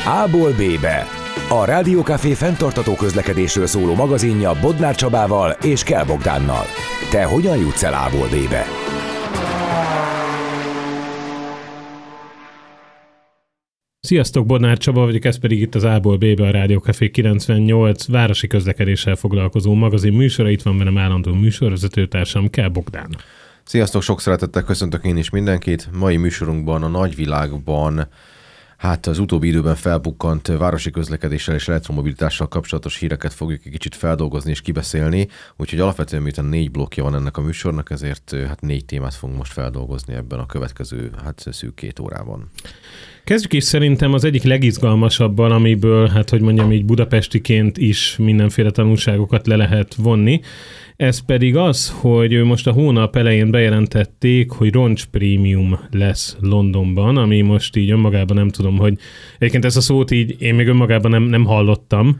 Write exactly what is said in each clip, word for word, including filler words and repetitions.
A-ból B-be. A Rádiókafé fenntartható közlekedésről szóló magazinja Bodnár Csabával és Kell Bogdánnal. Te hogyan jutsz el A-ból B-be? Sziasztok, Bodnár Csaba vagyok, ez pedig itt az A-ból B-be, a Rádiókafé kilencvennyolc városi közlekedéssel foglalkozó magazin műsora. Itt van velem állandó műsorvezetőtársam, Kell Bogdán. Sziasztok, sok szeretettel köszöntök én is mindenkit. Mai műsorunkban a nagyvilágban hát az utóbbi időben felbukkant városi közlekedéssel és elektromobilitással kapcsolatos híreket fogjuk egy kicsit feldolgozni és kibeszélni, úgyhogy alapvetően miután négy blokkja van ennek a műsornak, ezért hát négy témát fogunk most feldolgozni ebben a következő hát szűk két órában. Kezdjük is szerintem az egyik legizgalmasabban, amiből, hát hogy mondjam így budapestiként is mindenféle tanulságokat le lehet vonni. Ez pedig az, hogy most a hónap elején bejelentették, hogy roncs prémium lesz Londonban, ami most így önmagában nem tudom, hogy egyébként ezt a szót így én még önmagában nem, nem hallottam,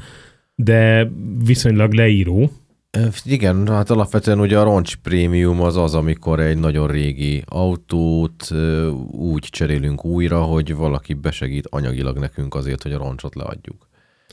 de viszonylag leíró. Igen, hát alapvetően ugye a roncs prémium az az, amikor egy nagyon régi autót úgy cserélünk újra, hogy valaki besegít anyagilag nekünk azért, hogy a roncsot leadjuk.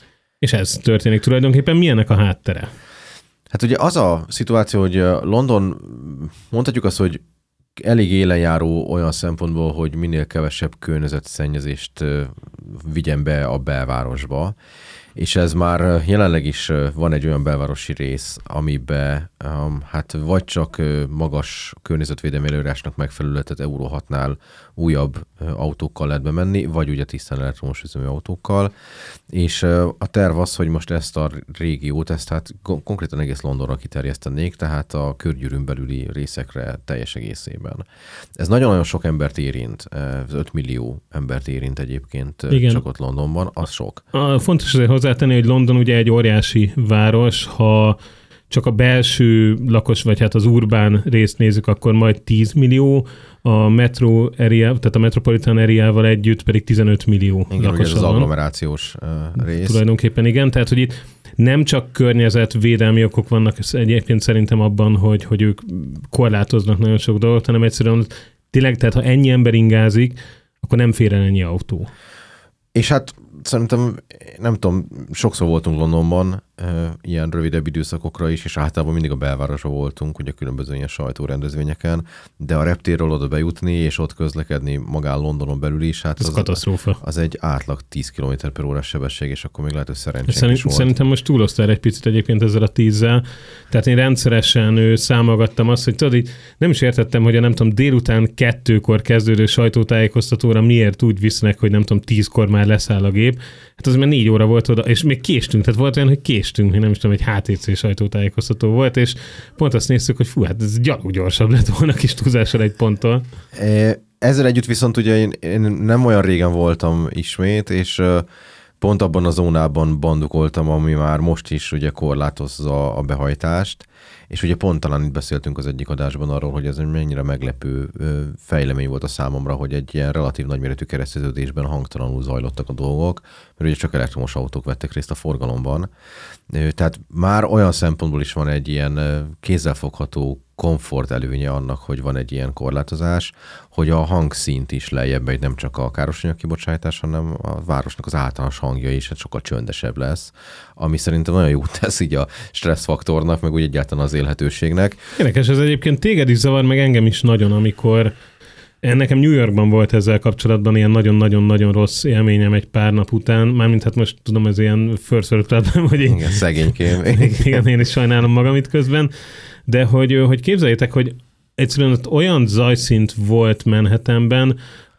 És ez történik tulajdonképpen. Mi ennek a háttere? Hát ugye az a szituáció, hogy London, mondhatjuk azt, hogy elég élenjáró olyan szempontból, hogy minél kevesebb környezetszennyezést vigyen be a belvárosba, és ez már jelenleg is van egy olyan belvárosi rész, amiben um, hát vagy csak magas környezetvédelmi előírásnak megfelelő, tehát Euró hatnál újabb autókkal lehet bemenni, vagy ugye tisztán elektromos üzemű autókkal, és a terv az, hogy most ezt a régiót, ezt hát konkrétan egész Londonra kiterjesztenék, tehát a körgyűrűn belüli részekre teljes egészében. Ez nagyon-nagyon sok embert érint, öt millió embert érint egyébként. Igen. Csak ott Londonban, az sok. A, fontos azért hozzátenni, hogy London ugye egy óriási város, ha csak a belső lakos, vagy hát az urbán részt nézzük, akkor majd tíz millió, a metro area, tehát a metropolitan areával együtt pedig tizenöt millió igen, lakosa az van. agglomerációs uh, rész. Tulajdonképpen igen, tehát hogy itt nem csak környezetvédelmi okok vannak egyébként szerintem abban, hogy, hogy ők korlátoznak nagyon sok dolgot, hanem egyszerűen tényleg, tehát ha ennyi ember ingázik, akkor nem fér el ennyi autó. És hát szerintem, nem tudom, sokszor voltunk Londonban, e, ilyen rövidebb időszakokra is, és általában mindig a belvárosban voltunk, ugye különböző ilyen sajtórendezvényeken, de a reptérről oda bejutni, és ott közlekedni magán Londonon belül is, hát ez az, katasztrófa. Az egy átlag tíz kilométer per órás sebesség, és akkor még lehet, hogy szerencsénk Szerint, is volt. Szerintem most túloztál egy picit egyébként ezzel a tízzel, tehát én rendszeresen ő, számolgattam azt, hogy tudod, így nem is értettem, hogy a nem tudom, délután kettőkor kezdődő sajtótájékoztatóra miért úgy visznek, hogy nem tudom, tízkor már leszáll a gép. Hát az már négy óra volt oda, és még késtünk, tehát volt olyan, hogy késtünk, még nem is tudom, egy há té cé sajtótájékoztató volt, és pont azt néztük, hogy fú, hát ez gyalog gyorsabb lett volna kis túlzással egy ponttól. Ezzel együtt viszont ugye én, én nem olyan régen voltam ismét, és pont abban a zónában bandukoltam, ami már most is ugye korlátozza a behajtást, és ugye pont talán itt beszéltünk az egyik adásban arról, hogy ez mennyire meglepő fejlemény volt a számomra, hogy egy ilyen relatív nagyméretű kereszteződésben hangtalanul zajlottak a dolgok, mert ugye csak elektromos autók vettek részt a forgalomban. Tehát már olyan szempontból is van egy ilyen kézzelfogható komfort előnye annak, hogy van egy ilyen korlátozás, hogy a hangszint is lejjebb megy, nem csak a károsanyag kibocsátás, hanem a városnak az általános hangja is hát sokkal csöndesebb lesz, ami szerintem nagyon jót tesz így a stresszfaktornak, meg úgy egyáltalán az élhetőségnek. Érdekes, ez egyébként téged is zavar, meg engem is nagyon, amikor nekem New Yorkban volt ezzel kapcsolatban ilyen nagyon-nagyon-nagyon rossz élményem egy pár nap után, mármint hát most tudom, ez ilyen first world problem, hogy én... Igen, szegénykém. Igen, én is sajnálom magam itt közben, de hogy, hogy képzeljétek, hogy egyszerűen ott olyan zajszint volt Manhattanben,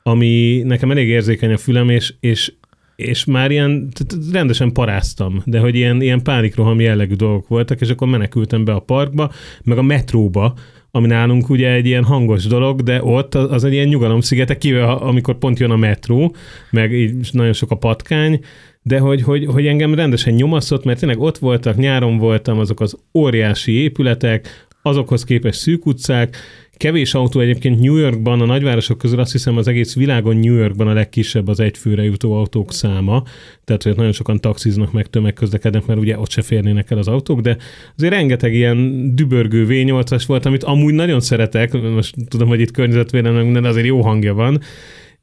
ami nekem elég érzékeny a fülem, és, és, és már ilyen rendesen paráztam, de hogy ilyen, ilyen pánikroham jellegű dolgok voltak, és akkor menekültem be a parkba, meg a metróba, ami nálunk ugye egy ilyen hangos dolog, de ott az egy ilyen nyugalomszigete, kivéve amikor pont jön a metró, meg így nagyon sok a patkány, de hogy, hogy, hogy engem rendesen nyomaszott, mert tényleg ott voltak, nyáron voltam, azok az óriási épületek, azokhoz képest szűk utcák, kevés autó egyébként New Yorkban, a nagyvárosok közül azt hiszem az egész világon New Yorkban a legkisebb az egyfőre jutó autók száma, tehát hogy nagyon sokan taxiznak meg tömegközlekednek, mert ugye ott se férnének el az autók, de azért rengeteg ilyen dübörgő vé nyolcas volt, amit amúgy nagyon szeretek, most tudom, hogy itt környezetvédelem, de azért jó hangja van,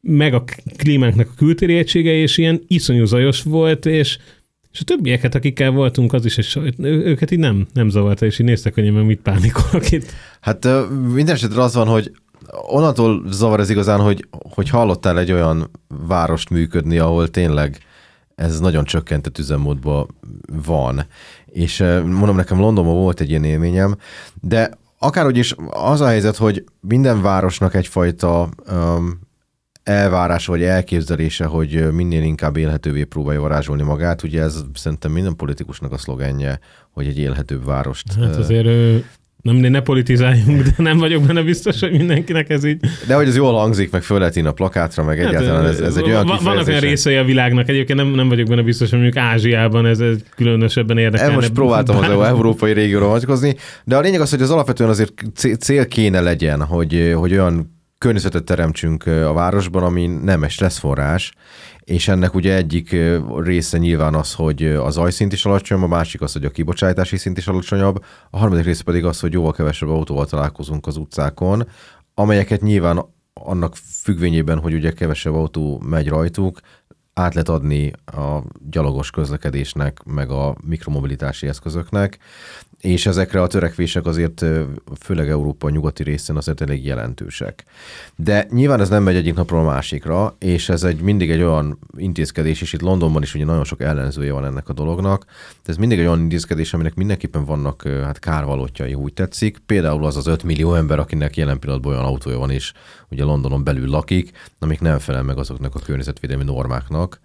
meg a klímánknak a kültéri egysége, és ilyen iszonyú zajos volt, és, és a többieket, akikkel voltunk, az is egy sajt, őket így nem, nem zavarta, és így néztek, hogy én meg mit pánikolok itt. Hát minden esetre az van, hogy onnantól zavar ez igazán, hogy, hogy hallottál egy olyan várost működni, ahol tényleg ez nagyon csökkentett üzemmódban van. És mondom, nekem Londonban volt egy ilyen élményem, de akárhogy is az a helyzet, hogy minden városnak egyfajta um, elvárása vagy elképzelése, hogy minél inkább élhetővé próbálja varázsolni magát. Ugye ez szerintem minden politikusnak a szlogenje, hogy egy élhetőbb várost. Hát azért nem, ne politizáljunk, de nem vagyok benne biztos, hogy mindenkinek ez így. De hogy ez jól hangzik, meg föl lehet írni a plakátra, meg hát egyáltalán ez, ez egy olyan kifejezése. Vannak olyan részei a világnak, egyébként nem, nem vagyok benne biztos, hogy mondjuk Ázsiában ez, ez különösebben érdekelne. Most próbáltam az európai régióra vonatkozni, de a lényeg az, hogy az alapvetően azért cél kéne legyen, hogy, hogy olyan környezetet teremtsünk a városban, ami nem egy stresszforrás, és ennek ugye egyik része nyilván az, hogy a zajszint is alacsonyabb, a másik az, hogy a kibocsátási szint is alacsonyabb, a harmadik része pedig az, hogy jóval kevesebb autóval találkozunk az utcákon, amelyeket nyilván annak függvényében, hogy ugye kevesebb autó megy rajtuk, át lehet adni a gyalogos közlekedésnek, meg a mikromobilitási eszközöknek, és ezekre a törekvések azért főleg Európa nyugati részén azért elég jelentősek. De nyilván ez nem megy egyik napról a másikra, és ez egy mindig egy olyan intézkedés, és itt Londonban is ugye nagyon sok ellenzője van ennek a dolognak, de ez mindig egy olyan intézkedés, aminek mindenképpen vannak hát kárvalótjai, úgy tetszik. Például az az öt millió ember, akinek jelen pillanatban olyan autója van, és ugye Londonon belül lakik, amik nem felel meg azoknak a környezetvédelmi normáknak,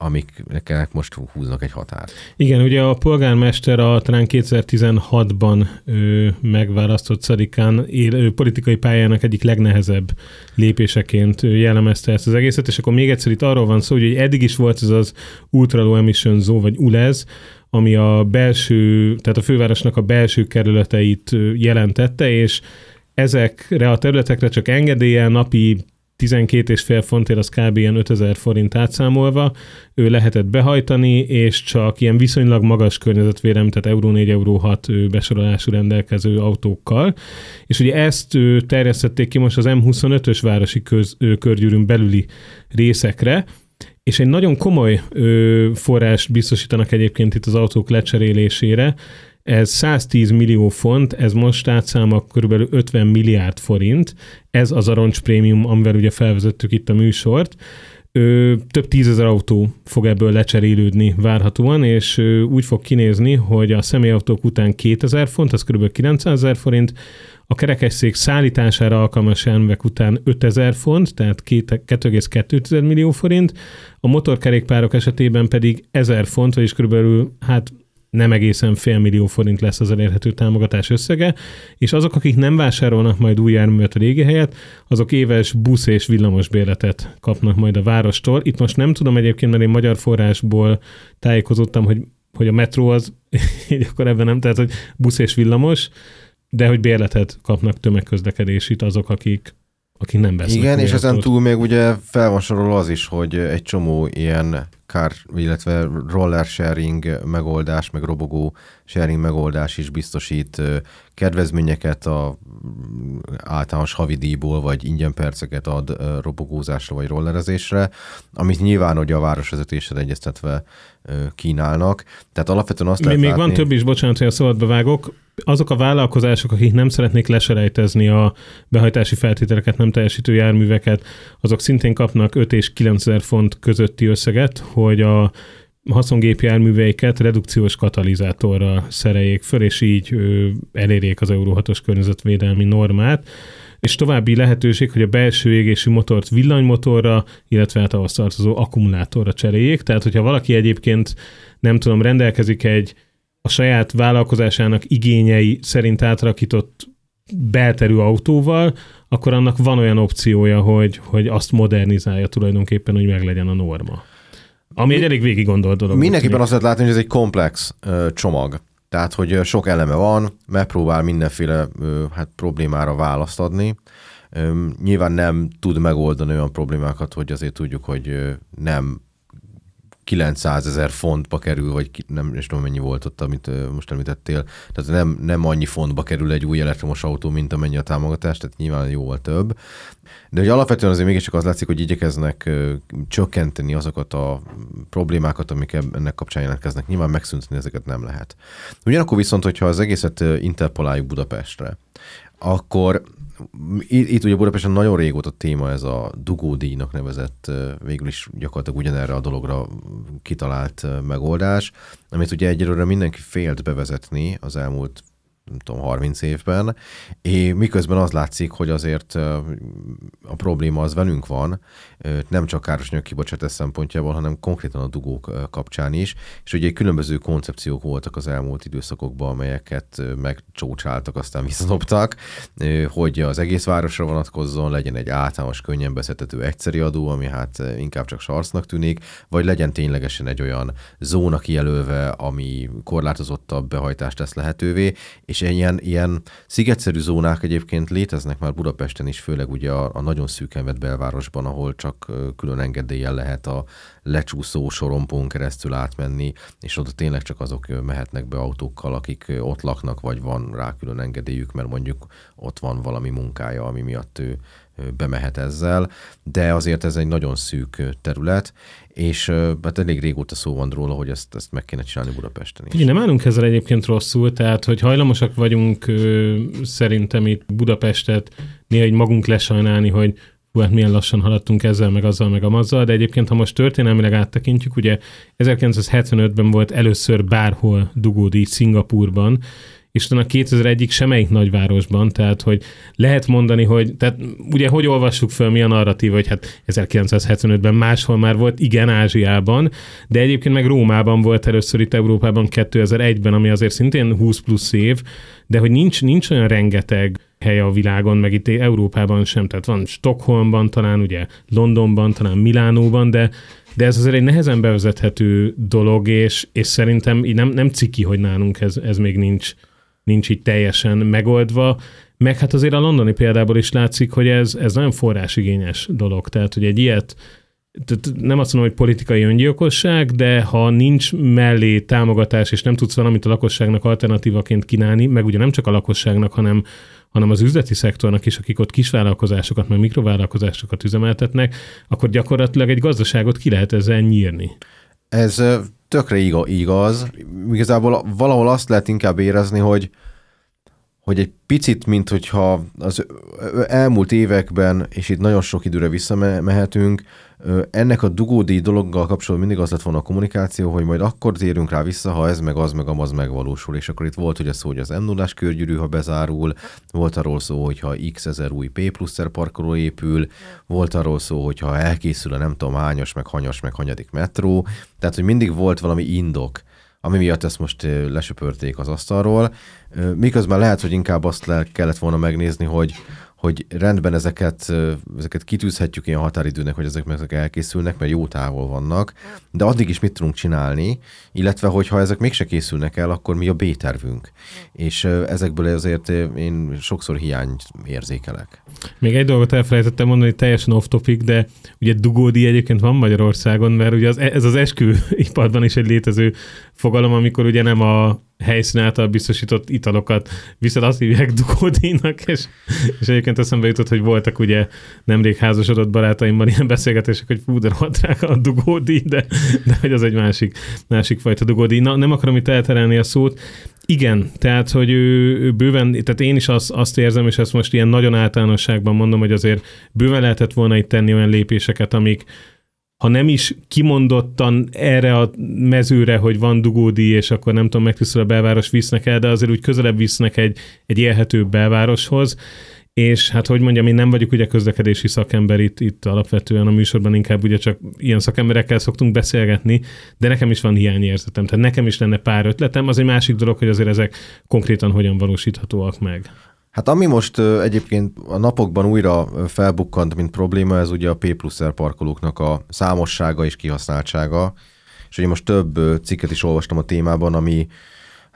amiknek most húznak egy határt. Igen, ugye a polgármester a talán kétezer-tizenhatban ő, megválasztott Szadikán él, politikai pályának egyik legnehezebb lépéseként jellemezte ezt az egészet, és akkor még egyszer itt arról van szó, hogy eddig is volt ez az Ultra Low Emission Zone, vagy u el e zé, ami a belső, tehát a fővárosnak a belső kerületeit jelentette, és ezekre a területekre csak engedéllyel napi tizenkét és fél fontért, az kb. Ilyen ötezer forint átszámolva, ő lehetett behajtani, és csak ilyen viszonylag magas környezetvédelmi, tehát euró négy, euró hat besorolású rendelkező autókkal. És ugye ezt terjesztették ki most az em huszonötös városi köz, körgyűrűn belüli részekre, és egy nagyon komoly ö, forrást biztosítanak egyébként itt az autók lecserélésére. Ez száztíz millió font, ez most átszámol körülbelül ötven milliárd forint. Ez az a roncsprémium, amivel ugye felvezettük itt a műsort. Ö, több tízezer autó fog ebből lecserélődni várhatóan, és ö, úgy fog kinézni, hogy a személyautók után kétezer font, az körülbelül kilencszázezer forint, a kerekesszék szállítására alkalmas járművek után ötezer font, tehát két egész kettő millió forint, a motorkerékpárok esetében pedig ezer font, vagyis körülbelül hát nem egészen fél millió forint lesz az elérhető támogatás összege, és azok, akik nem vásárolnak majd új járművet a régi helyet, azok éves busz és villamos bérletet kapnak majd a várostól. Itt most nem tudom egyébként, mert én magyar forrásból tájékozottam, hogy, hogy a metró az, így akkor ebben nem, tehát hogy busz és villamos, de hogy bérletet kapnak tömegközlekedését azok, akik, akik nem vesznek. Igen, és ezen túl még ugye fel van sorolva az is, hogy egy csomó ilyen car, illetve roller sharing megoldás, meg robogó sharing megoldás is biztosít kedvezményeket a általános havidíjból, vagy ingyen perceket ad robogózásra, vagy rollerezésre, amit nyilván ugye a városvezetéssel egyeztetve kínálnak. Tehát alapvetően azt lehet Még látni... van több is, bocsánat, hogy a szabadba vágok. Azok a vállalkozások, akik nem szeretnék leselejtezni a behajtási feltételeket nem teljesítő járműveket, azok szintén kapnak öt és kilencezer font közötti összeget, hogy a haszongépjárműveiket redukciós katalizátorral szereljék föl, és így ö, elérjék az Euró hatos környezetvédelmi normát. És további lehetőség, hogy a belső égésű motort villanymotorra, illetve hát ahhoz tartozó akkumulátorra cseréljék. Tehát, hogyha valaki egyébként, nem tudom, rendelkezik egy a saját vállalkozásának igényei szerint átrakított belterű autóval, akkor annak van olyan opciója, hogy, hogy azt modernizálja tulajdonképpen, hogy meglegyen a norma. Ami egy elég végig gondolt dolog. Mindenképpen azt lehet látni, hogy ez egy komplex ö, csomag. Tehát, hogy sok eleme van, megpróbál mindenféle ö, hát, problémára választ adni. Ö, nyilván nem tud megoldani olyan problémákat, hogy azért tudjuk, hogy ö, nem kilencszázezer fontba kerül, vagy nem is tudom mennyi volt ott, amit most említettél. Tehát nem, nem annyi fontba kerül egy új elektromos autó, mint amennyi a támogatás, tehát nyilván jóval több. De hogy alapvetően azért mégiscsak az látszik, hogy igyekeznek ö, csökkenteni azokat a problémákat, amik ennek kapcsán jelentkeznek. Nyilván megszüntetni ezeket nem lehet. Ugyanakkor viszont, hogyha az egészet interpoláljuk Budapestre, akkor itt, itt ugye Budapesten nagyon régóta téma ez a dugódíjnak nevezett, végül is gyakorlatilag ugyanerre a dologra kitalált megoldás, amit ugye egyelőre mindenki félt bevezetni az elmúlt nem tudom, harminc évben, és miközben az látszik, hogy azért a probléma az velünk van, nem csak károsanyag kibocsátás szempontjából, hanem konkrétan a dugók kapcsán is, és ugye különböző koncepciók voltak az elmúlt időszakokban, amelyeket megcsócsáltak, aztán visszadobtak, hogy az egész városra vonatkozzon, legyen egy általános, könnyen beszedhető egyszeri adó, ami hát inkább csak sarcnak tűnik, vagy legyen ténylegesen egy olyan zóna kijelölve, ami korlátozottabb behajtást tesz lehetővé, és ilyen, ilyen szigetszerű zónák egyébként léteznek már Budapesten is, főleg ugye a, a nagyon szűken vett belvárosban, ahol csak külön engedéllyel lehet a lecsúszó sorompón keresztül átmenni, és oda tényleg csak azok mehetnek be autókkal, akik ott laknak, vagy van rá külön engedélyük, mert mondjuk ott van valami munkája, ami miatt ő bemehet ezzel, de azért ez egy nagyon szűk terület, és hát elég régóta szó van róla, hogy ezt, ezt meg kéne csinálni Budapesten is. Ugye nem állunk ezzel egyébként rosszul, tehát hogy hajlamosak vagyunk ö, szerintem itt Budapestet néha egy magunk lesajnálni, hogy hú, hát milyen lassan haladtunk ezzel, meg azzal, meg amazzal, de egyébként, ha most történelmileg áttekintjük, ugye ezerkilencszázhetvenötben volt először bárhol dugódíj Szingapúrban, és utána kétezer-egyig semmelyik nagyvárosban, tehát hogy lehet mondani, hogy, tehát ugye hogy olvassuk föl, mi a narratíva, hogy hát ezerkilencszázhetvenötben máshol már volt, igen, Ázsiában, de egyébként meg Rómában volt először itt Európában kétezer-egyben, ami azért szintén húsz plusz év, de hogy nincs, nincs olyan rengeteg hely a világon, meg itt Európában sem, tehát van Stockholmban, talán ugye Londonban, talán Milánóban, de de ez azért egy nehezen bevezethető dolog, és, és szerintem így nem, nem ciki, hogy nálunk ez, ez még nincs, nincs így teljesen megoldva. Meg hát azért a londoni példából is látszik, hogy ez, ez nagyon forrásigényes dolog. Tehát, hogy egy ilyet, tehát nem azt mondom, hogy politikai öngyilkosság, de ha nincs mellé támogatás, és nem tudsz valamit a lakosságnak alternatívaként kínálni, meg ugye nem csak a lakosságnak, hanem hanem az üzleti szektornak is, akik ott kisvállalkozásokat, meg mikrovállalkozásokat üzemeltetnek, akkor gyakorlatilag egy gazdaságot ki lehet ezzel nyírni. Ez tökre igaz. Igazából valahol azt lehet inkább érezni, hogy hogy egy picit, mint hogyha az elmúlt években, és itt nagyon sok időre visszamehetünk, ennek a dugódíj dologgal kapcsolatban mindig az lett volna a kommunikáció, hogy majd akkor térünk rá vissza, ha ez meg az meg amaz megvalósul. És akkor itt volt ugye szó, hogy az em nullás körgyűrű, ha bezárul, volt arról szó, hogyha x ezer új P plusz-er parkoló épül, volt arról szó, hogyha elkészül a nem tudom hányas, meg hanyas, meg hanyadik metró. Tehát, hogy mindig volt valami indok, ami miatt ezt most lesöpörték az asztalról. Miközben lehet, hogy inkább azt le kellett volna megnézni, hogy, hogy rendben ezeket, ezeket kitűzhetjük ilyen határidőnek, hogy ezek meg elkészülnek, mert jó távol vannak, de addig is mit tudunk csinálni, illetve hogyha ezek mégse készülnek el, akkor mi a B-tervünk. És ezekből azért én sokszor hiányt érzékelek. Még egy dolgot elfelejtettem mondani, teljesen off-topic, de ugye dugódíj egyébként van Magyarországon, mert ugye az, ez az esküiparban is egy létező fogalom, amikor ugye nem a helyszín által biztosított italokat viszont azt hívják dugódíjnak, és, és egyébként eszembe jutott, hogy voltak ugye nemrég házasodott barátaimmal ilyen beszélgetések, hogy fú, de rohadt drága a dugódíj, de, de hogy az egy másik, másik fajta dugódíj. Na, nem akarom itt elterelni a szót. Igen, tehát, hogy ő, ő bőven, tehát én is azt, azt érzem, és ezt most ilyen nagyon általánosságban mondom, hogy azért bőven lehetett volna itt tenni olyan lépéseket, amik ha nem is kimondottan erre a mezőre, hogy van dugódíj, és akkor nem tudom, megtisztul a belváros visznek el, de azért úgy közelebb visznek egy, egy élhetőbb belvároshoz. És hát, hogy mondjam, én nem vagyok ugye közlekedési szakember itt, itt alapvetően a műsorban, inkább ugye csak ilyen szakemberekkel szoktunk beszélgetni, de nekem is van hiányérzetem, tehát nekem is lenne pár ötletem. Az egy másik dolog, hogy azért ezek konkrétan hogyan valósíthatóak meg. Hát ami most uh, egyébként a napokban újra felbukkant, mint probléma, ez ugye a P plusz-er parkolóknak a számossága és kihasználtsága. És ugye most több uh, cikket is olvastam a témában, ami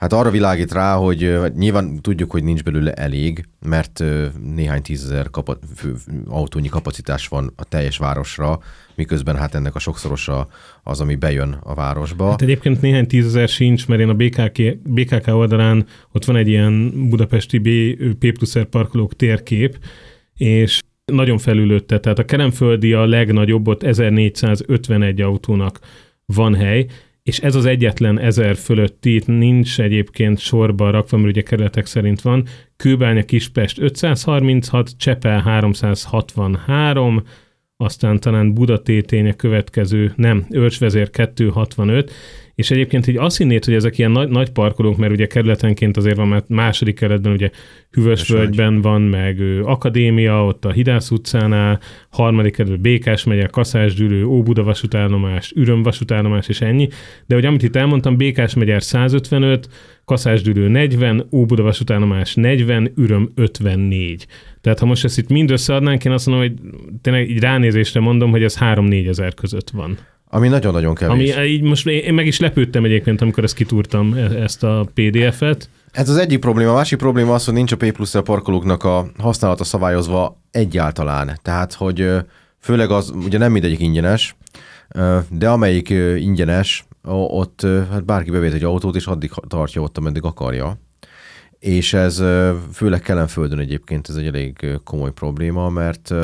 Hát arra világít rá, hogy nyilván tudjuk, hogy nincs belőle elég, mert néhány tízezer kapa- autónyi kapacitás van a teljes városra, miközben hát ennek a sokszorosa az, ami bejön a városba. Hát egyébként néhány tízezer sincs, mert én a bé ká ká, bé ká ká oldalán ott van egy ilyen budapesti P plusz R parkolók térkép, és nagyon felülőtte, tehát a Kelenföldi a legnagyobb, ott ezernégyszázötvenegy autónak van hely, és ez az egyetlen ezer fölötti, itt nincs egyébként sorba rakva, mert ugye kerületek szerint van. Kőbánya Kispest ötszázharminchat, Csepel háromszázhatvanhárom, aztán talán Budatétény a következő, nem, Őrsvezér kétszázhatvanöt, és egyébként így azt hinnéd, hogy ezek ilyen nagy, nagy parkolók, mert ugye kerületenként azért van, mert második kerületben ugye Hűvösvölgyben van, meg Akadémia, ott a Hidász utcánál, harmadik kerület Békás megye, Kaszásgyűlő, Óbuda vasútállomás, Üröm vasútállomás, és ennyi. De hogy amit itt elmondtam, Békás megyer százötvenöt, Kaszásgyűlő negyven, Óbuda vasútállomás negyven, Üröm ötvennégy. Tehát ha most ezt itt mind összeadnánk, én azt mondom, hogy tényleg így ránézésre mondom, hogy ez három-négyezer között van. Ami nagyon-nagyon kevés. Ami így most én meg is lepődtem egyébként, amikor ezt kitúrtam, ezt a pé dé ef-et. Ez az egyik probléma. A másik probléma az, hogy nincs a P plusz R parkolóknak a használata szabályozva egyáltalán. Tehát, hogy főleg az, ugye nem mindegyik ingyenes, de amelyik ingyenes, ott hát bárki bevéd egy autót, és addig tartja ott, ameddig akarja. És ez főleg Kelenföldön egyébként ez egy elég komoly probléma, mert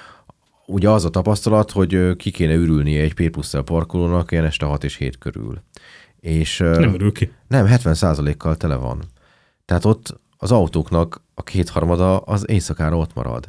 ugye az a tapasztalat, hogy ki kéne ürülnie egy P plusz R parkolónak ilyen este hat és hét körül. És nem örül ki. Nem, hetven százalékkal tele van. Tehát ott az autóknak a kétharmada az éjszakára ott marad.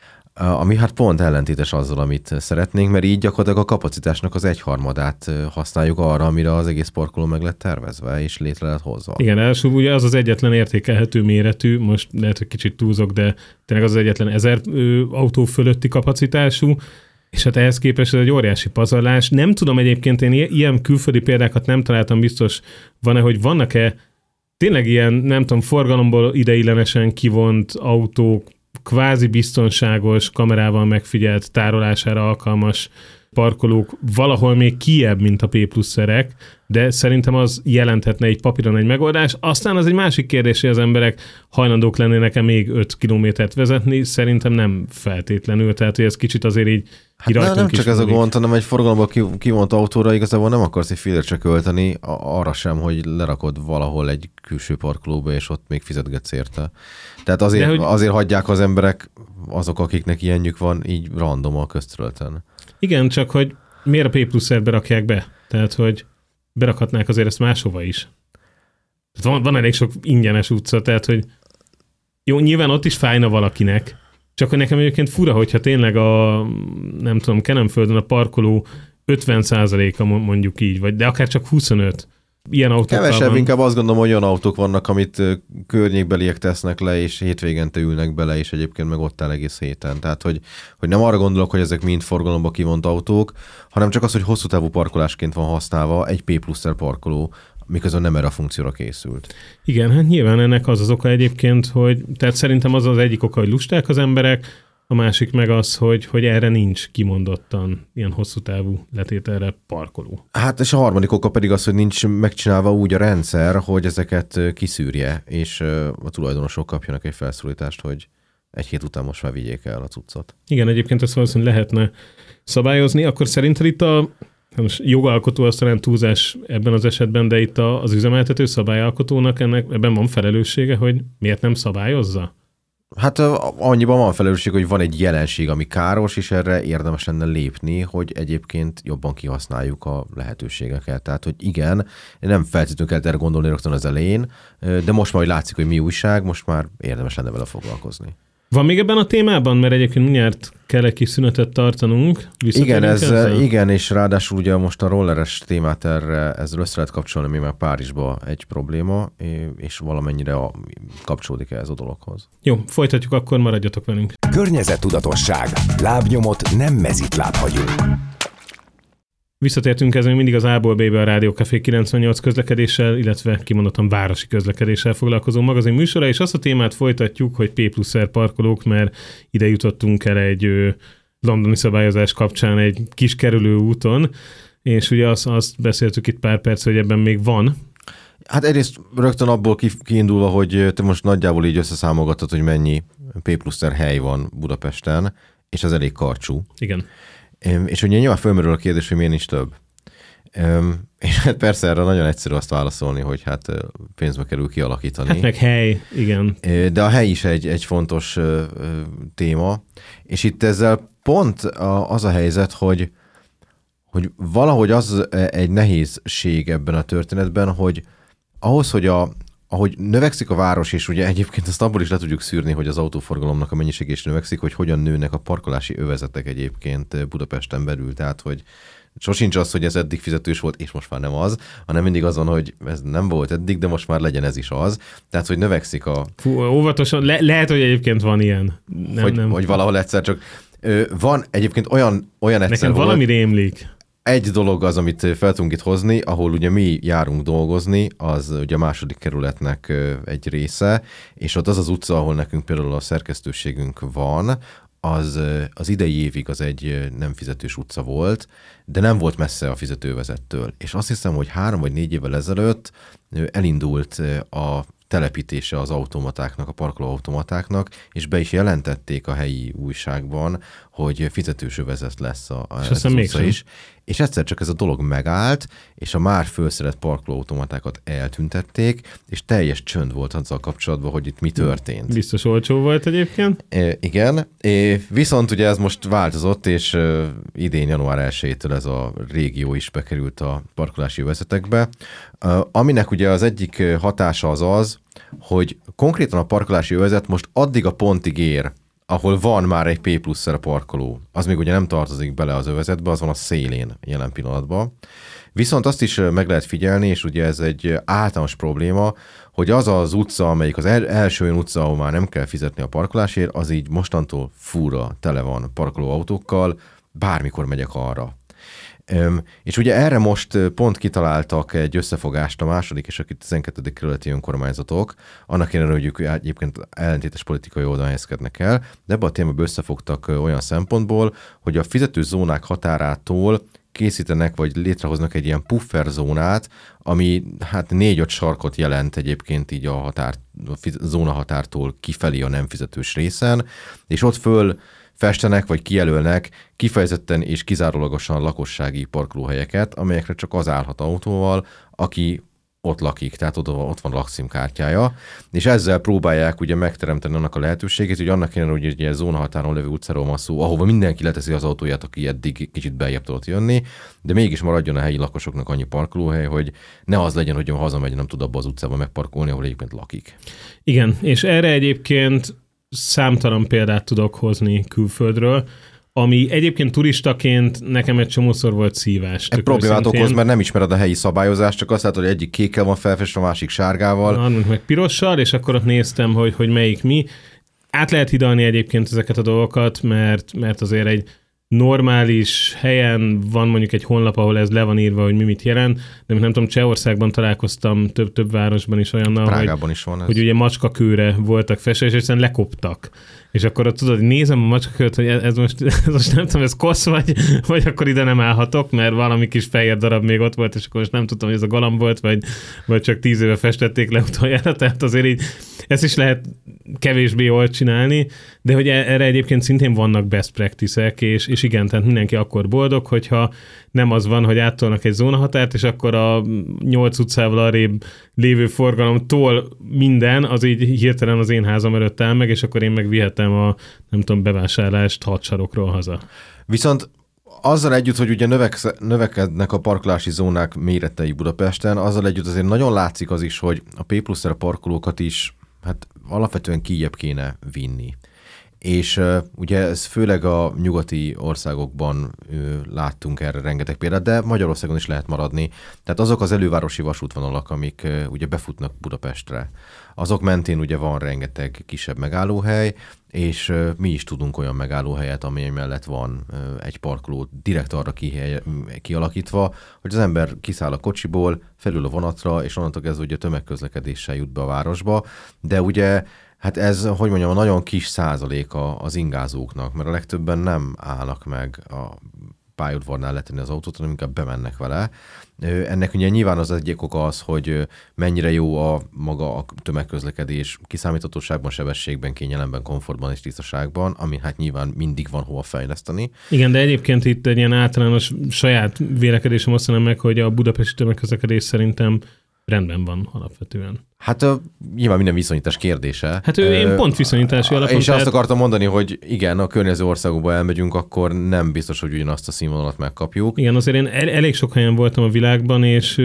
Ami hát pont ellentétes azzal, amit szeretnénk, mert így gyakorlatilag a kapacitásnak az egyharmadát használjuk arra, amire az egész parkoló meg lett tervezve, és létre lett hozva. Igen, első ugye az az egyetlen értékelhető méretű, most lehet, hogy kicsit túlzok, de tényleg az az egyetlen ezer autó fölötti kapacitású, és hát ehhez képest ez egy óriási pazarlás. Nem tudom egyébként, én ilyen külföldi példákat nem találtam, biztos van-e, hogy vannak-e tényleg ilyen, nem tudom, forgalomból ideiglenesen kivont autók, kvázi biztonságos, kamerával megfigyelt tárolására alkalmas parkolók valahol még kiebb, mint a P plusz R-ek, de szerintem az jelenthetne egy papíron egy megoldás. Aztán az egy másik kérdés, hogy az emberek hajlandók lennének-e még öt kilométert vezetni, szerintem nem feltétlenül, tehát hogy ez kicsit azért így hát ne, nem csak ez a gond, hanem egy forgalomból kivont autóra igazából nem akarsz egy félre csak költeni, arra sem, hogy lerakod valahol egy külső parkolóba, és ott még fizetgetsz érte. Tehát azért, hogy... azért hagyják az emberek, azok, akiknek ilyenjük van, így random a közterületen. Igen, csak hogy miért a P plusz R-be rakják be? Tehát, hogy berakhatnák azért ezt máshova is. Van, van elég sok ingyenes utca, tehát, hogy jó, nyilván ott is fájna valakinek, csak hogy nekem egyébként fura, hogyha tényleg a, nem tudom, Kelenföldön a parkoló ötven százaléka mondjuk így, vagy de akár csak huszonöt. Ilyen autókkal Kevesebb, van. Inkább azt gondolom, hogy olyan autók vannak, amit környékbeliek tesznek le, és hétvégente ülnek bele, és egyébként meg ott áll egész héten. Tehát, hogy, hogy nem arra gondolok, hogy ezek mind forgalomba kivont autók, hanem csak az, hogy hosszú távú parkolásként van használva egy P plusz R parkoló, miközben nem erre a funkcióra készült. Igen, hát nyilván ennek az az oka egyébként, hogy tehát szerintem az az egyik oka, hogy lusták az emberek, a másik meg az, hogy, hogy erre nincs kimondottan ilyen hosszú távú letételre parkoló. Hát és a harmadik oka pedig az, hogy nincs megcsinálva úgy a rendszer, hogy ezeket kiszűrje, és a tulajdonosok kapjanak egy felszólítást, hogy egy hét után most már vigyék el a cuccot. Igen, egyébként ezt valószínűleg lehetne szabályozni, akkor szerinted itt a most jogalkotó az talán túlzás ebben az esetben, de itt az üzemeltető szabályalkotónak ennek, ebben van felelőssége, hogy miért nem szabályozza? Hát annyiban van felelősség, hogy van egy jelenség, ami káros, és erre érdemes lenne lépni, hogy egyébként jobban kihasználjuk a lehetőségeket. Tehát, hogy igen, nem feltétlenül kell erre gondolni rögtön az elején, de most már, hogy látszik, hogy mi újság, most már érdemes lenne vele foglalkozni. Van még ebben a témában, mert egyébként mindjárt kell egy kis szünetet tartanunk. Igen, ez, igen, és ráadásul ugye most a rolleres témát erre, ezzel össze lehet kapcsolni, még már Párizsba egy probléma, és valamennyire a, kapcsolódik ehhez a dologhoz. Jó, folytatjuk, akkor maradjatok velünk. Környezettudatosság. Lábnyomot nem mezitláb hagyunk. Visszatértünk, ez még mindig az A-ból B-be a Rádió Café kilencvennyolc közlekedéssel, illetve kimondottan városi közlekedéssel foglalkozó magazin műsora, és azt a témát folytatjuk, hogy P plusz R parkolók, mert ide jutottunk el egy ö, londoni szabályozás kapcsán egy kis kerülő úton, és ugye azt, azt beszéltük itt pár perc, hogy ebben még van. Hát egyrészt rögtön abból kiindulva, hogy te most nagyjából így összeszámolgatod, hogy mennyi P plusz R hely van Budapesten, és ez elég karcsú. Igen. És ugye nyilván fölmerül a kérdés, hogy miért nincs több. És hát persze erre nagyon egyszerű azt válaszolni, hogy hát pénzbe kerül kialakítani. Hát meg hely, igen. De a hely is egy, egy fontos téma, és itt ezzel pont az a helyzet, hogy, hogy valahogy az egy nehézség ebben a történetben, hogy ahhoz, hogy a, ahogy növekszik a város, és ugye egyébként azt abból is le tudjuk szűrni, hogy az autóforgalomnak a mennyiség is növekszik, hogy hogyan nőnek a parkolási övezetek egyébként Budapesten belül. Tehát, hogy sosincs az, hogy ez eddig fizetős volt, és most már nem az, hanem mindig azon, hogy ez nem volt eddig, de most már legyen ez is az. Tehát, hogy növekszik a... Fú, óvatosan, le- lehet, hogy egyébként van ilyen. Nem, hogy, nem. hogy valahol egyszer csak... Ö, van egyébként olyan, olyan egyszer Nekem volt, valami rémlik. Egy dolog az, amit fel tudunk itt hozni, ahol ugye mi járunk dolgozni, az ugye a második kerületnek egy része, és ott az az utca, ahol nekünk például a szerkesztőségünk van, az, az idei évig az egy nem fizetős utca volt, de nem volt messze a fizetővezettől. És azt hiszem, hogy három vagy négy évvel ezelőtt elindult a telepítése az automatáknak, a parkolóautomatáknak, és be is jelentették a helyi újságban, hogy fizetős övezet lesz a, a az utca is. És egyszer csak ez a dolog megállt, és a már felszerelt parkolóautomatákat eltüntették, és teljes csönd volt azzal kapcsolatban, hogy itt mi történt. Biztos olcsó volt egyébként. E, igen, e, viszont ugye ez most változott, és e, idén január elsejétől ez a régió is bekerült a parkolási övezetekbe, e, aminek ugye az egyik hatása az az, hogy konkrétan a parkolási övezet most addig a pontig ér, ahol van már egy P plusz R parkoló. Az még ugye nem tartozik bele az övezetbe, az van a szélén jelen pillanatban. Viszont azt is meg lehet figyelni, és ugye ez egy általános probléma, hogy az az utca, amelyik az el- első olyan utca, ahol már nem kell fizetni a parkolásért, az így mostantól fúra tele van parkolóautókkal, bármikor megyek arra. Üm, és ugye erre most pont kitaláltak egy összefogást a második és a tizenkettedik kerületi önkormányzatok, annak ellenére, hogy ők egyébként ellentétes politikai oldalon helyezkednek el, de ebben a témában összefogtak olyan szempontból, hogy a fizető zónák határától készítenek, vagy létrehoznak egy ilyen puffer zónát, ami hát négy-öt sarkot jelent egyébként így a, határ, a zónahatártól kifelé a nem fizetős részen, és ott föl festenek, vagy kijelölnek kifejezetten és kizárólagosan lakossági parkolóhelyeket, amelyekre csak az állhat autóval, aki ott lakik, tehát ott, ott van lakcímkártyája, és ezzel próbálják ugye megteremteni annak a lehetőségét, hogy annak ellenére, hogy egy ilyen zónahatáron levő utcáról van szó, ahova mindenki leteszi az autóját, aki eddig kicsit beljebb tudott jönni, de mégis maradjon a helyi lakosoknak annyi parkolóhely, hogy ne az legyen, hogy hazamegy, nem tud abba az utcában megparkolni, ahol egyébként lakik. Igen, és erre egyébként számtalan példát tudok hozni külföldről, ami egyébként turistaként nekem egy csomószor volt szívás. Egy problémát okoz, mert nem ismered a helyi szabályozást, csak azt látod, hogy egyik kékkel van felfestve, a másik sárgával. Annak meg pirossal, és akkor ott néztem, hogy, hogy melyik mi. Át lehet hidalni egyébként ezeket a dolgokat, mert, mert azért egy normális helyen van mondjuk egy honlap, ahol ez le van írva, hogy mi mit jelent, de nem tudom, Csehországban találkoztam több-több városban is olyannal, Prágában hogy, is van ez. hogy ugye macskakőre voltak festve, és egyszerűen lekoptak. És akkor ott tudod, nézem a macskakőt, hogy ez most, ez most nem tudom, ez kosz vagy, vagy akkor ide nem állhatok, mert valami kis fehér darab még ott volt, és akkor most nem tudtam, hogy ez a galamb volt, vagy, vagy csak tíz éve festették le utoljára, tehát azért így ezt is lehet kevésbé jól csinálni, de hogy erre egyébként szintén vannak best practice-ek, és, és igen, tehát mindenki akkor boldog, hogyha nem az van, hogy áttolnak egy zónahatárt, és akkor a nyolc utcával arrébb lévő forgalomtól minden, az így hirtelen az én házam előtt áll meg, és akkor én megvihetem a, nem tudom, bevásárlást hat sarokról haza. Viszont azzal együtt, hogy ugye növeksz, növekednek a parkolási zónák méretei Budapesten, azzal együtt azért nagyon látszik az is, hogy a P plusz R parkolókat is hát alapvetően kijjebb kéne vinni. És uh, ugye ez főleg a nyugati országokban uh, láttunk erre rengeteg példát, de Magyarországon is lehet maradni. Tehát azok az elővárosi vasútvonalak, amik uh, ugye befutnak Budapestre, azok mentén ugye van rengeteg kisebb megállóhely, és uh, mi is tudunk olyan megállóhelyet, amely mellett van uh, egy parkoló direkt arra kihely, kialakítva, hogy az ember kiszáll a kocsiból, felül a vonatra, és onnantól kezdve ugye tömegközlekedéssel jut be a városba, de ugye hát ez, hogy mondjam, a nagyon kis százaléka az ingázóknak, mert a legtöbben nem állnak meg a pályaudvarnál letenni az autót, hanem inkább bemennek vele. Ennek ugye nyilván az egyik oka az, hogy mennyire jó a maga a tömegközlekedés kiszámíthatóságban, sebességben, kényelemben, komfortban és tisztaságban, ami hát nyilván mindig van hova fejleszteni. Igen, de egyébként itt egy ilyen általános saját vélekedésem azt mondom meg, hogy a budapesti tömegközlekedés szerintem rendben van alapvetően. Hát uh, nyilván minden viszonyítás kérdése. Hát ő, én pont viszonyítási alapon. És tehát... azt akartam mondani, hogy igen, a környező országokba elmegyünk, akkor nem biztos, hogy ugyanazt a színvonalat megkapjuk. Igen, azért én el, elég sok helyen voltam a világban, és,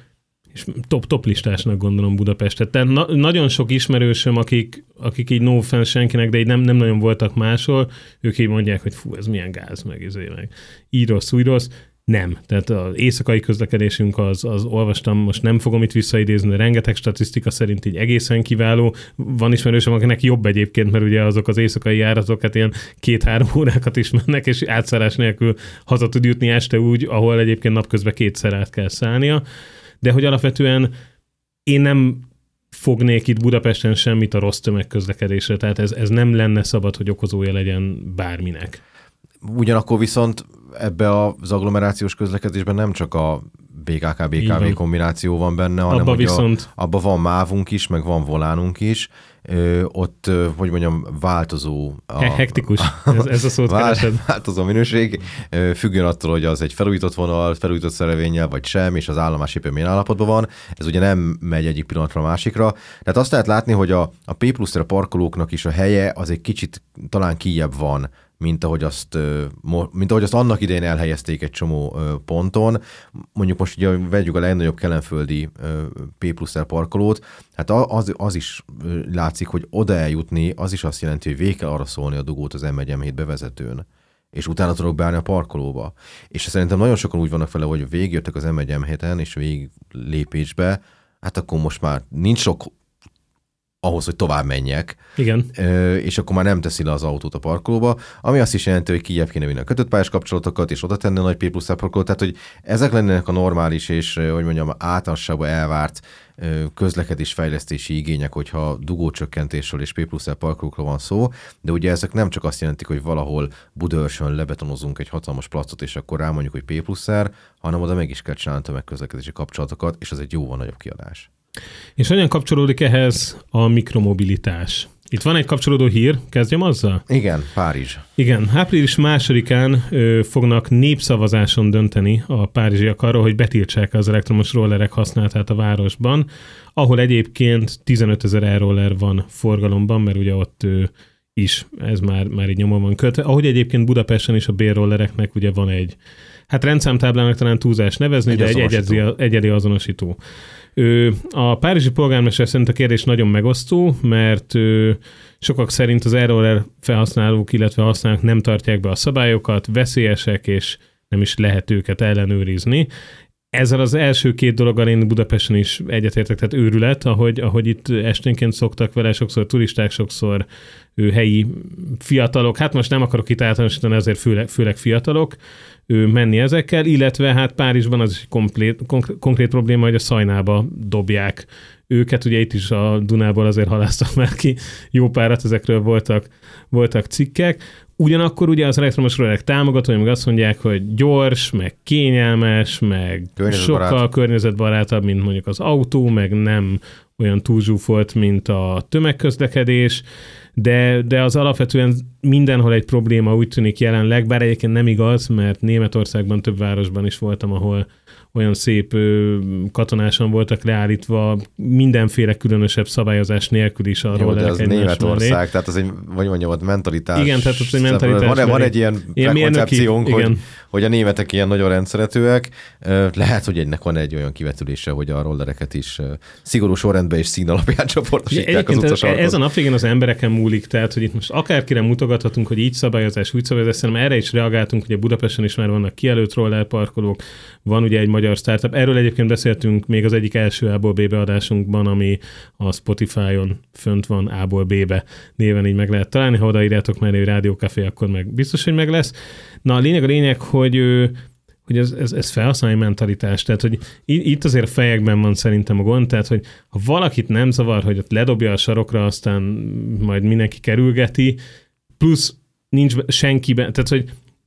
és top, top listásnak gondolom Budapestet. Tehát na, nagyon sok ismerősöm, akik, akik így no offense senkinek, de így nem, nem nagyon voltak máshol, ők így mondják, hogy fú, ez milyen gáz, meg, izé, meg így rossz, úgy rossz. Nem. Tehát az éjszakai közlekedésünk az, az olvastam, most nem fogom itt visszaidézni, de rengeteg statisztika szerint így egészen kiváló. Van ismerősöm, akinek jobb egyébként, mert ugye azok az éjszakai járatok, hát ilyen két-három órákat is mennek, és átszállás nélkül haza tud jutni este úgy, ahol egyébként napközben kétszer át kell szállnia. De hogy alapvetően én nem fognék itt Budapesten semmit a rossz tömegközlekedésre, tehát ez, ez nem lenne szabad, hogy okozója legyen bárminek. Ugyanakkor viszont ebbe az agglomerációs közlekedésben nem csak a bé ká ká bé ká vé kombináció van benne, hanem abba hogy viszont... a, abban van mávunk is, meg van volánunk is. Ö, ott, ö, hogy mondjam, változó... A, Hektikus, ez, ez a szót keresed. Változó minőség, ö, függően attól, hogy az egy felújított vonal, felújított szerelvénnyel, vagy sem, és az állomás éppen milyen állapotban van. Ez ugye nem megy egyik pillanatra a másikra. Tehát azt lehet látni, hogy a, a P plusz-ra parkolóknak is a helye az egy kicsit talán kijebb van, mint ahogy azt, mint ahogy azt annak idején elhelyezték egy csomó ponton. Mondjuk most ugye vegyük a legnagyobb kelenföldi P plusz-r parkolót, hát az, az is látszik, hogy oda eljutni, az is azt jelenti, hogy végig kell arra szólni a dugót az M egy M hét bevezetőn, és utána tudok beállni a parkolóba. És szerintem nagyon sokan úgy vannak vele, hogy végigjöttek az M egy M héten, és végig lépésbe, hát akkor most már nincs sok ahhoz, hogy tovább menjek. Igen. És akkor már nem teszi le az autót a parkolóba, ami azt is jelenti, hogy kijebb kéne vinni a kötött pályás kapcsolatokat, és oda tenni a nagy P plusz parkolót, tehát hogy ezek lennének a normális és, hogy mondjam, általánosságban elvárt közlekedésfejlesztési igények, hogyha dugócsökkentésről és P plusz parkolókról van szó, de ugye ezek nem csak azt jelentik, hogy valahol Budaörsön lebetonozunk egy hatalmas placot, és akkor rámondjuk, hogy P plusz-r, hanem oda meg is kell csinálni tömegközlekedési kapcsolatokat, és ez egy jóval nagyobb kiadás. És hogyan kapcsolódik ehhez a mikromobilitás? Itt van egy kapcsolódó hír, kezdjem azzal? Igen, Párizs. Igen, április másodikán ö, fognak népszavazáson dönteni a párizsiak arról, hogy betiltsák az elektromos rollerek használatát a városban, ahol egyébként tizenötezer e-roller van forgalomban, mert ugye ott ö, is ez már, már így nyomon van kötve. Ahogy egyébként Budapesten is a bérrollereknek ugye van egy, hát rendszámtáblának talán túlzás nevezni, egy de egy egyedi, egyedi azonosító. A párizsi polgármester szerint a kérdés nagyon megosztó, mert sokak szerint az e-roller felhasználók, illetve használók nem tartják be a szabályokat, veszélyesek, és nem is lehet őket ellenőrizni. Ezzel az első két dologgal én Budapesten is egyetértek, tehát őrület, ahogy, ahogy itt esténként szoktak vele, sokszor turisták, sokszor ő, helyi fiatalok, hát most nem akarok itt általánosítani, azért főleg, főleg fiatalok, ő, menni ezekkel, illetve hát Párizsban az is konkrét, konkrét probléma, hogy a Szajnába dobják őket, ugye itt is a Dunából azért halásztak már ki jó párat, ezekről voltak, voltak cikkek. Ugyanakkor ugye az elektromos rollerek támogatói meg azt mondják, hogy gyors, meg kényelmes, meg környezetbarát. Sokkal környezetbarátabb, mint mondjuk az autó, meg nem olyan túlzsúfolt, mint a tömegközlekedés, de, de az alapvetően mindenhol egy probléma úgy tűnik jelenleg, bár egyébként nem igaz, mert Németországban több városban is voltam, ahol olyan szép ö, katonásan voltak leállítva, mindenféle különösebb szabályozás nélkül is a rollerek egymás Németország, mellé. tehát az egy, vagy mondjam, ott mentalitás. Igen, tehát ott egy mentalitás. Van, van egy ilyen prekoncepciónk, hogy, hogy a németek ilyen nagyon rendszeretőek. Lehet, hogy egynek van egy olyan kivetülése, hogy a rollereket is szigorú sorrendben és szín alapján csoportosítják az utcasarkon. Ez a nap végén az embereken múlik, tehát hogy itt most akárkire mutogathatunk, hogy így szabályozás, úgy szabályozás, szerintem erre is reagáltunk, hogy a Budapesten is már vannak kijelölt rollerparkolók, van ugye egy magyar startup. Erről egyébként beszéltünk még az egyik első A-ból B-be adásunkban, ami a Spotify-on fönt van A-ból B-be néven, így meg lehet találni. Ha odaírjátok mellé, hogy Rádió Café, akkor meg biztos, hogy meg lesz. Na a lényeg a lényeg, hogy, hogy ez, ez, ez felhasználói mentalitás. Tehát, hogy itt azért a fejekben van szerintem a gond, tehát, hogy ha valakit nem zavar, hogy ott ledobja a sarokra, aztán majd mindenki kerülgeti, plusz nincs senkiben, tehát, hogy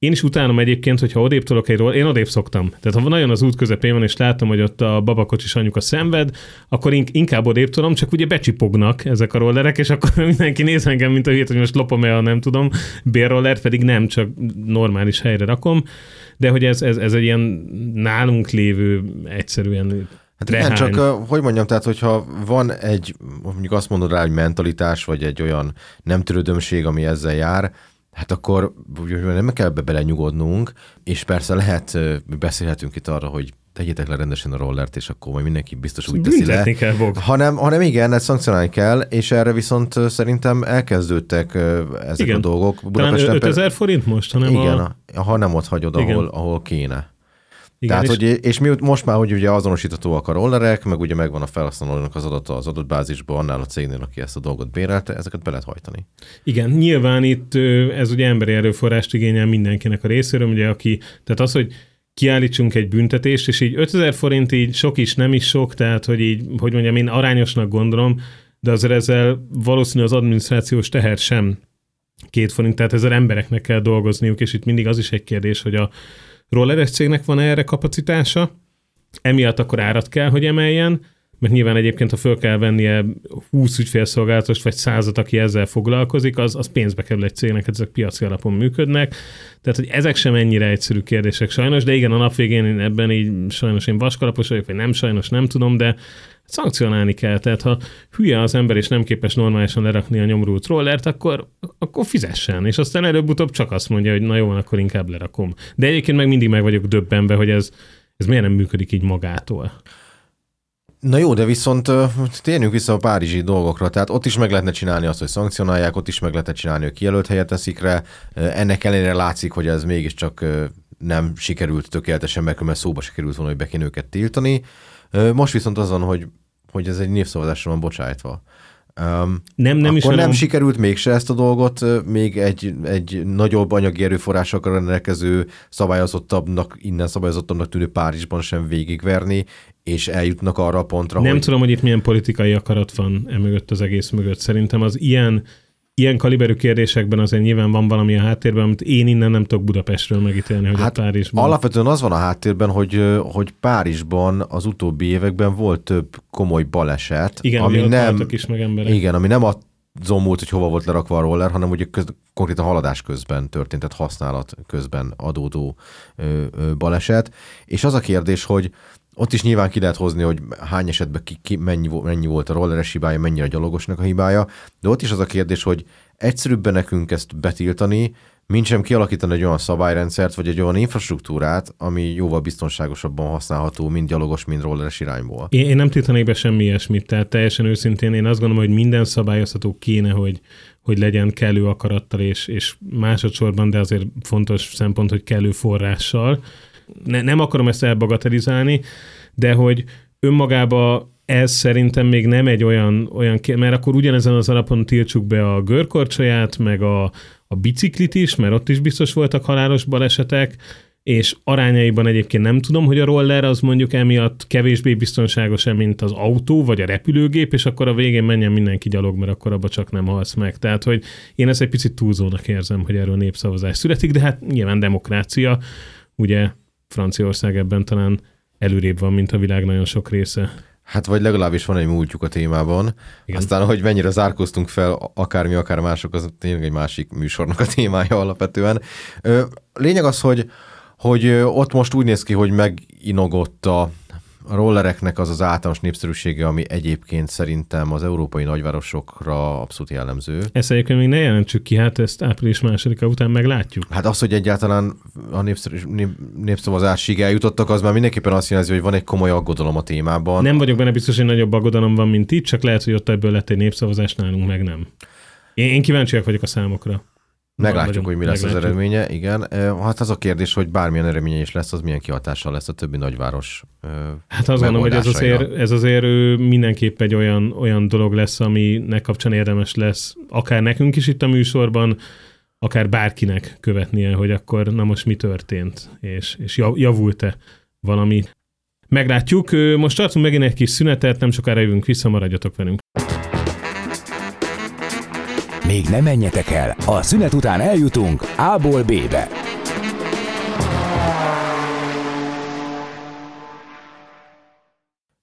Én is utálom egyébként, hogyha odébb tolok egy roller, én odébb szoktam. Tehát ha nagyon az út közepén van, és látom, hogy ott a babakocsis anyuka szenved, akkor inkább odébb tolom, csak ugye becsipognak ezek a rollerek, és akkor mindenki néz engem, mint a hét, hogy most lopom-e a nem tudom, bérrollert, pedig nem, csak normális helyre rakom. De hogy ez, ez, ez egy ilyen nálunk lévő egyszerűen hát igen, csak hogy mondjam, tehát hogyha van egy, mondjuk azt mondod rá, hogy mentalitás, vagy egy olyan nem törődömség, ami ezzel jár, hát akkor nem kell be belenyugodnunk, és persze lehet, beszélhetünk itt arra, hogy tegyétek le rendesen a rollert, és akkor majd mindenki biztos úgy teszi le. Kell, hanem, hanem igen, ezt szankcionálni kell, és erre viszont szerintem elkezdődtek ezek igen. a dolgok. Talán ötezer forint most, hanem igen, a... ha nem ott hagyod, ahol, ahol kéne. Igen, Tehát, és... hogy, és mi, most már, hogy ugye azonosíthatóak a rollerek, meg ugye megvan a felhasználónak az adata az adott bázisban, annál a cégnél, aki ezt a dolgot bérelte, ezeket be lehet hajtani. Igen, nyilván itt ez ugye emberi erőforrást igényel mindenkinek a részéről, ugye aki, tehát az, hogy kiállítsunk egy büntetést, és így ötezer forint így sok is, nem is sok, tehát hogy így, hogy mondjam, én arányosnak gondolom, de azért ezzel valószínű az adminisztrációs teher sem két forint, tehát ezzel embereknek kell dolgozniuk, és itt mindig az is egy kérdés, hogy a rolleres cégnek van erre kapacitása, emiatt akkor árat kell, hogy emeljen, mert nyilván egyébként, ha föl kell vennie húsz ügyfélszolgálatost, vagy százat, aki ezzel foglalkozik, az, az pénzbe kerül egy cégnek, ezek piaci alapon működnek. Tehát, hogy ezek sem ennyire egyszerű kérdések sajnos, de igen, a nap végén én ebben így sajnos én vaskalapos vagyok, vagy nem sajnos, nem tudom, de szankcionálni kell. Tehát, ha hülye az ember, és nem képes normálisan lerakni a nyomorult rollert, akkor, akkor fizessen. És aztán előbb-utóbb csak azt mondja, hogy na jó, akkor inkább lerakom. De egyébként meg mindig meg vagyok döbbenve, hogy ez, ez miért nem működik így magától. Na jó, de viszont uh, térjünk vissza a párizsi dolgokra, tehát ott is meg lehetne csinálni azt, hogy szankcionálják, ott is meg lehetne csinálni, hogy kijelölt helyet teszik rá. Uh, ennek ellenére látszik, hogy ez mégiscsak uh, nem sikerült tökéletesen, mert mert szóba se került volna, hogy be kéne őket tiltani. Uh, most viszont azon, hogy, hogy ez egy népszavazásra van bocsájtva. Um, nem, nem akkor is nem olyan... sikerült mégse ezt a dolgot, még egy, egy nagyobb anyagi erőforrásokkal rendelkező, szabályozottabbnak, innen szabályozottabbnak tűnő Párizsban sem végigverni, és eljutnak arra a pontra, Nem hogy... tudom, hogy itt milyen politikai akarat van emögött az egész mögött. Szerintem az ilyen, ilyen kaliberű kérdésekben azért nyilván van valami a háttérben, amit én innen nem tudok Budapestről megítélni, hogy hát a Párizsban. Alapvetően az van a háttérben, hogy, hogy Párizsban az utóbbi években volt több komoly baleset, igen, ami nem, is meg emberek. Igen, ami nem azon múlt, hogy hova volt lerakva a roller, hanem ugye köz, konkrétan haladás közben történt, tehát használat közben adódó ö, ö, baleset. És az a kérdés, hogy ott is nyilván ki lehet hozni, hogy hány esetben ki, ki, mennyi, mennyi volt a rolleres hibája, mennyi a gyalogosnak a hibája, de ott is az a kérdés, hogy egyszerűbben nekünk ezt betiltani, mint sem kialakítani egy olyan szabályrendszert, vagy egy olyan infrastruktúrát, ami jóval biztonságosabban használható, mind gyalogos, mind rolleres irányból. Én, én nem tiltanék be semmi ilyesmit, tehát teljesen őszintén én azt gondolom, hogy minden szabályozható kéne, hogy, hogy legyen kellő akarattal, és, és másodszorban, de azért fontos szempont, hogy kellő forrással. Ne, nem akarom ezt elbagatelizálni, de hogy önmagában ez szerintem még nem egy olyan, olyan, mert akkor ugyanezen az alapon tiltsuk be a görkorcsolyát, meg a, a biciklit is, mert ott is biztos voltak halálos balesetek, és arányaiban egyébként nem tudom, hogy a roller az mondjuk emiatt kevésbé biztonságos, mint az autó, vagy a repülőgép, és akkor a végén menjen mindenki gyalog, mert akkor abba csak nem halsz meg. Tehát, hogy én ezt egy picit túlzónak érzem, hogy erről népszavazás születik, de hát nyilván demokrácia, ugye Franciaország ebben talán előrébb van, mint a világ nagyon sok része. Hát vagy legalábbis van egy múltjuk a témában. Igen. Aztán, hogy mennyire zárkóztunk fel, akármi, akár mások, az tényleg egy másik műsornak a témája alapvetően. Lényeg az, hogy, hogy ott most úgy néz ki, hogy meginogott a rollereknek az az általános népszerűsége, ami egyébként szerintem az európai nagyvárosokra abszolút jellemző. Ezt egyébként még ne jelentsük ki, hát ezt április másodika után meglátjuk. Hát az, hogy egyáltalán a népszerű, nép, népszavazásig eljutottak, az már mindenképpen azt jelenti, hogy van egy komoly aggodalom a témában. Nem vagyok benne biztos, hogy nagyobb aggodalom van, mint itt, csak lehet, hogy ott ebből lett egy népszavazás, nálunk meg nem. Én, én kíváncsiak vagyok a számokra. Meglátjuk, hogy mi lesz meglátjuk. Az eredménye, igen. Hát az a kérdés, hogy bármilyen eredménye is lesz, az milyen kihatással lesz a többi nagyváros Hát azt gondolom, hogy ez azért, ez azért mindenképp egy olyan, olyan dolog lesz, aminek kapcsán érdemes lesz, akár nekünk is itt a műsorban, akár bárkinek követnie, hogy akkor na most mi történt, és, és javult-e valami. Meglátjuk. Most tartunk megint egy kis szünetet, nem sokára jövünk vissza, maradjatok velünk. Még ne menjetek el, a szünet után eljutunk A-ból B-be.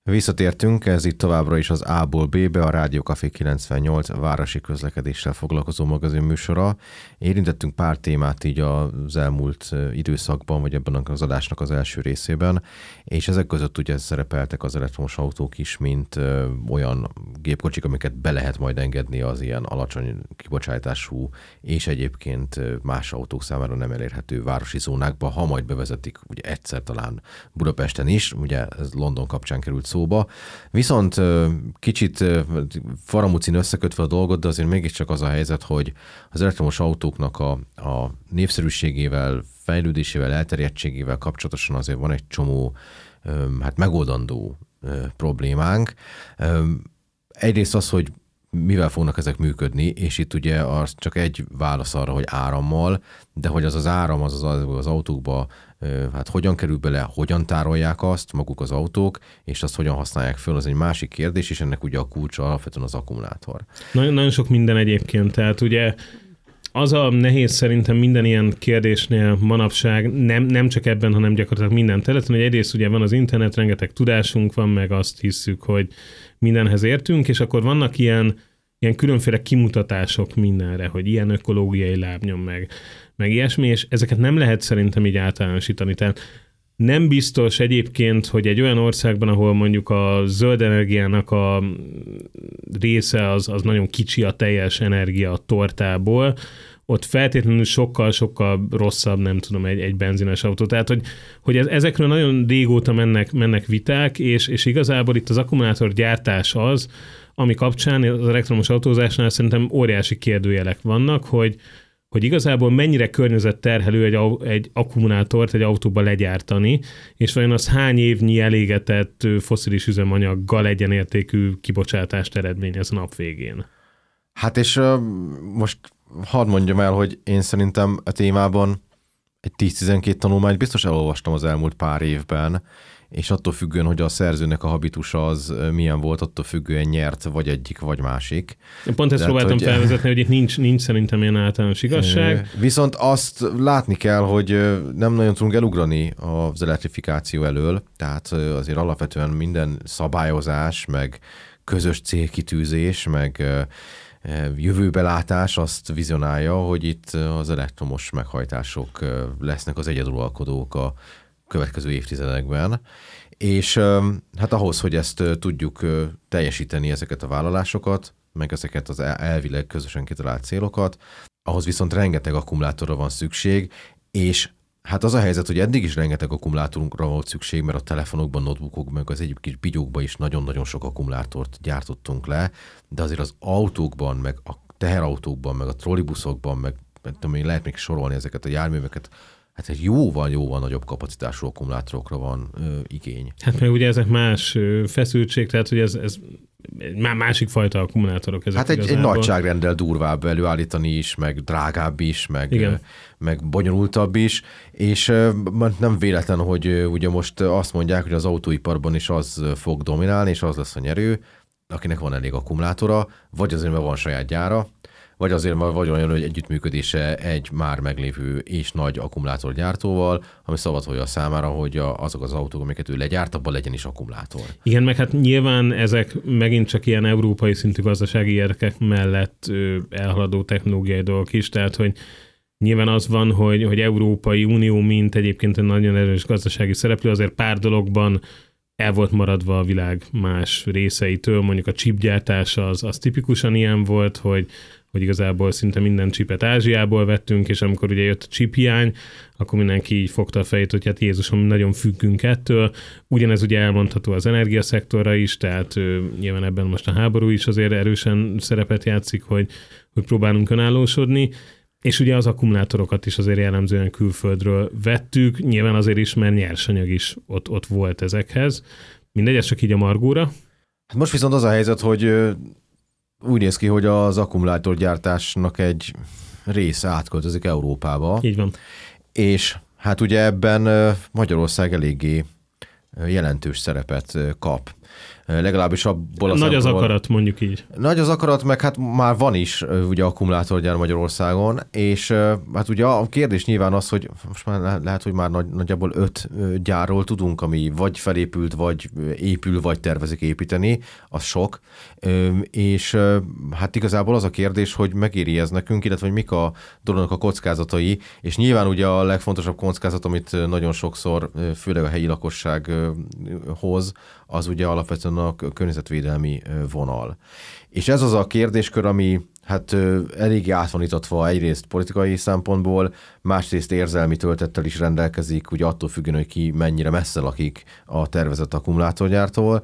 Visszatértünk, ez itt továbbra is az A-ból B-be, a Rádió Café kilencvennyolc városi közlekedéssel foglalkozó magazin műsora. Érintettünk pár témát így az elmúlt időszakban, vagy ebben az adásnak az első részében, és ezek között ugye szerepeltek az elektromos autók is, mint ö, olyan gépkocsik, amiket be lehet majd engedni az ilyen alacsony kibocsátású és egyébként más autók számára nem elérhető városi zónákba, ha majd bevezetik, ugye egyszer talán Budapesten is, ugye ez London kapcsán került szóba. Viszont kicsit faramúcin összekötve a dolgot, de azért mégiscsak az a helyzet, hogy az elektromos autóknak a, a népszerűségével, fejlődésével, elterjedtségével kapcsolatosan azért van egy csomó hát megoldandó problémánk. Egyrészt az, hogy mivel fognak ezek működni, és itt ugye az csak egy válasz arra, hogy árammal, de hogy az az áram az az, az autókba hát hogyan kerül bele, hogyan tárolják azt maguk az autók, és azt hogyan használják föl, az egy másik kérdés, és ennek ugye a kulcsa alapvetően az akkumulátor. Nagyon, nagyon sok minden egyébként, tehát ugye az a nehéz szerintem minden ilyen kérdésnél manapság, nem, nem csak ebben, hanem gyakorlatilag minden területen, hogy egyrészt ugye van az internet, rengeteg tudásunk van, meg azt hiszük, hogy mindenhez értünk, és akkor vannak ilyen, ilyen különféle kimutatások mindenre, hogy ilyen ökológiai lábnyom, meg, meg ilyesmi, és ezeket nem lehet szerintem így általánosítani. Tehát nem biztos egyébként, hogy egy olyan országban, ahol mondjuk a zöld energiának a része az, az nagyon kicsi a teljes energia tortából, ott feltétlenül sokkal-sokkal rosszabb, nem tudom, egy, egy benzines autó. Tehát, hogy, hogy ez, ezekről nagyon régóta mennek, mennek viták, és, és igazából itt az akkumulátorgyártás az, ami kapcsán az elektromos autózásnál szerintem óriási kérdőjelek vannak, hogy hogy igazából mennyire környezetterhelő egy, egy akkumulátort egy autóba legyártani, és vajon az hány évnyi elégetett fosszilis üzemanyaggal egyenértékű kibocsátást eredményez a nap végén. Hát és uh, most hadd mondjam el, hogy én szerintem a témában egy tíz-tizenkét tanulmányt biztos elolvastam az elmúlt pár évben, és attól függően, hogy a szerzőnek a habitusa az milyen volt, attól függően nyert vagy egyik, vagy másik. Pont ezt próbáltam hogy... felvezetni, hogy itt nincs, nincs szerintem ilyen általános igazság. Viszont azt látni kell, hogy nem nagyon tudunk elugrani az elektrifikáció elől, tehát azért alapvetően minden szabályozás, meg közös célkitűzés, meg jövőbelátás azt vizionálja, hogy itt az elektromos meghajtások lesznek az egyeduralkodók a következő évtizedekben, és hát ahhoz, hogy ezt tudjuk teljesíteni, ezeket a vállalásokat, meg ezeket az elvileg közösen kitalált célokat, ahhoz viszont rengeteg akkumulátorra van szükség, és hát az a helyzet, hogy eddig is rengeteg akkumulátorra volt szükség, mert a telefonokban, notebookokban, meg az egyéb kis bigyókban is nagyon-nagyon sok akkumulátort gyártottunk le, de azért az autókban, meg a teherautókban, meg a trollibuszokban, meg tudom, lehet még sorolni ezeket a járműveket, hát egy jóval, jóval nagyobb kapacitású akkumulátorokra van ö, igény. Hát meg ugye ezek más ö, feszültség, tehát hogy ez, ez már másik fajta akkumulátorok. Ezek hát egy, egy nagyságrenddel durvább előállítani is, meg drágább is, meg, ö, meg bonyolultabb is, és ö, nem véletlen, hogy ö, ugye most azt mondják, hogy az autóiparban is az fog dominálni, és az lesz a nyerő, akinek van elég akkumulátora, vagy azért, mert van saját gyára, vagy azért vagy olyan, hogy együttműködése egy már meglévő és nagy akkumulátorgyártóval, ami szavatolja a számára, hogy a, azok az autók, amiket ő legyárt, abban legyen is akkumulátor. Igen, meg hát nyilván ezek megint csak ilyen európai szintű gazdasági érdekek mellett ö, elhaladó technológiai dolgok is, tehát hogy nyilván az van, hogy, hogy Európai Unió, mint egyébként egy nagyon erős gazdasági szereplő, azért pár dologban el volt maradva a világ más részeitől, mondjuk a chipgyártás az, az tipikusan ilyen volt, hogy hogy igazából szinte minden csipet Ázsiából vettünk, és amikor ugye jött a chip hiány, akkor mindenki így fogta a fejét, hogy hát Jézusom, nagyon függünk ettől. Ugyanez ugye elmondható az energiaszektorra is, tehát ő, nyilván ebben most a háború is azért erősen szerepet játszik, hogy, hogy próbálunk önállósodni, és ugye az akkumulátorokat is azért jellemzően külföldről vettük, nyilván azért is, mert nyersanyag is ott, ott volt ezekhez. Mindegy, ez csak így a margóra. Hát most viszont az a helyzet, hogy úgy néz ki, hogy az akkumulátorgyártásnak egy része átköltözik Európába. Így van. És hát ugye ebben Magyarország eléggé jelentős szerepet kap. legalábbis abból az Nagy az akarat, mondjuk így. Nagy az akarat, meg hát már van is ugye akkumulátorgyár Magyarországon, és hát ugye a kérdés nyilván az, hogy most már lehet, hogy már nagy, nagyjából öt gyárról tudunk, ami vagy felépült, vagy épül, vagy tervezik építeni, az sok, és hát igazából az a kérdés, hogy megéri ez nekünk, illetve hogy mik a dolognak a kockázatai, és nyilván ugye a legfontosabb kockázat, amit nagyon sokszor, főleg a helyi lakosság hoz, az ugye alapvetően a környezetvédelmi vonal. És ez az a kérdéskör, ami hát eléggé át van itatva egyrészt politikai szempontból, másrészt érzelmi töltettel is rendelkezik, ugye attól függően, hogy ki mennyire messze lakik a tervezett akkumulátorgyártól.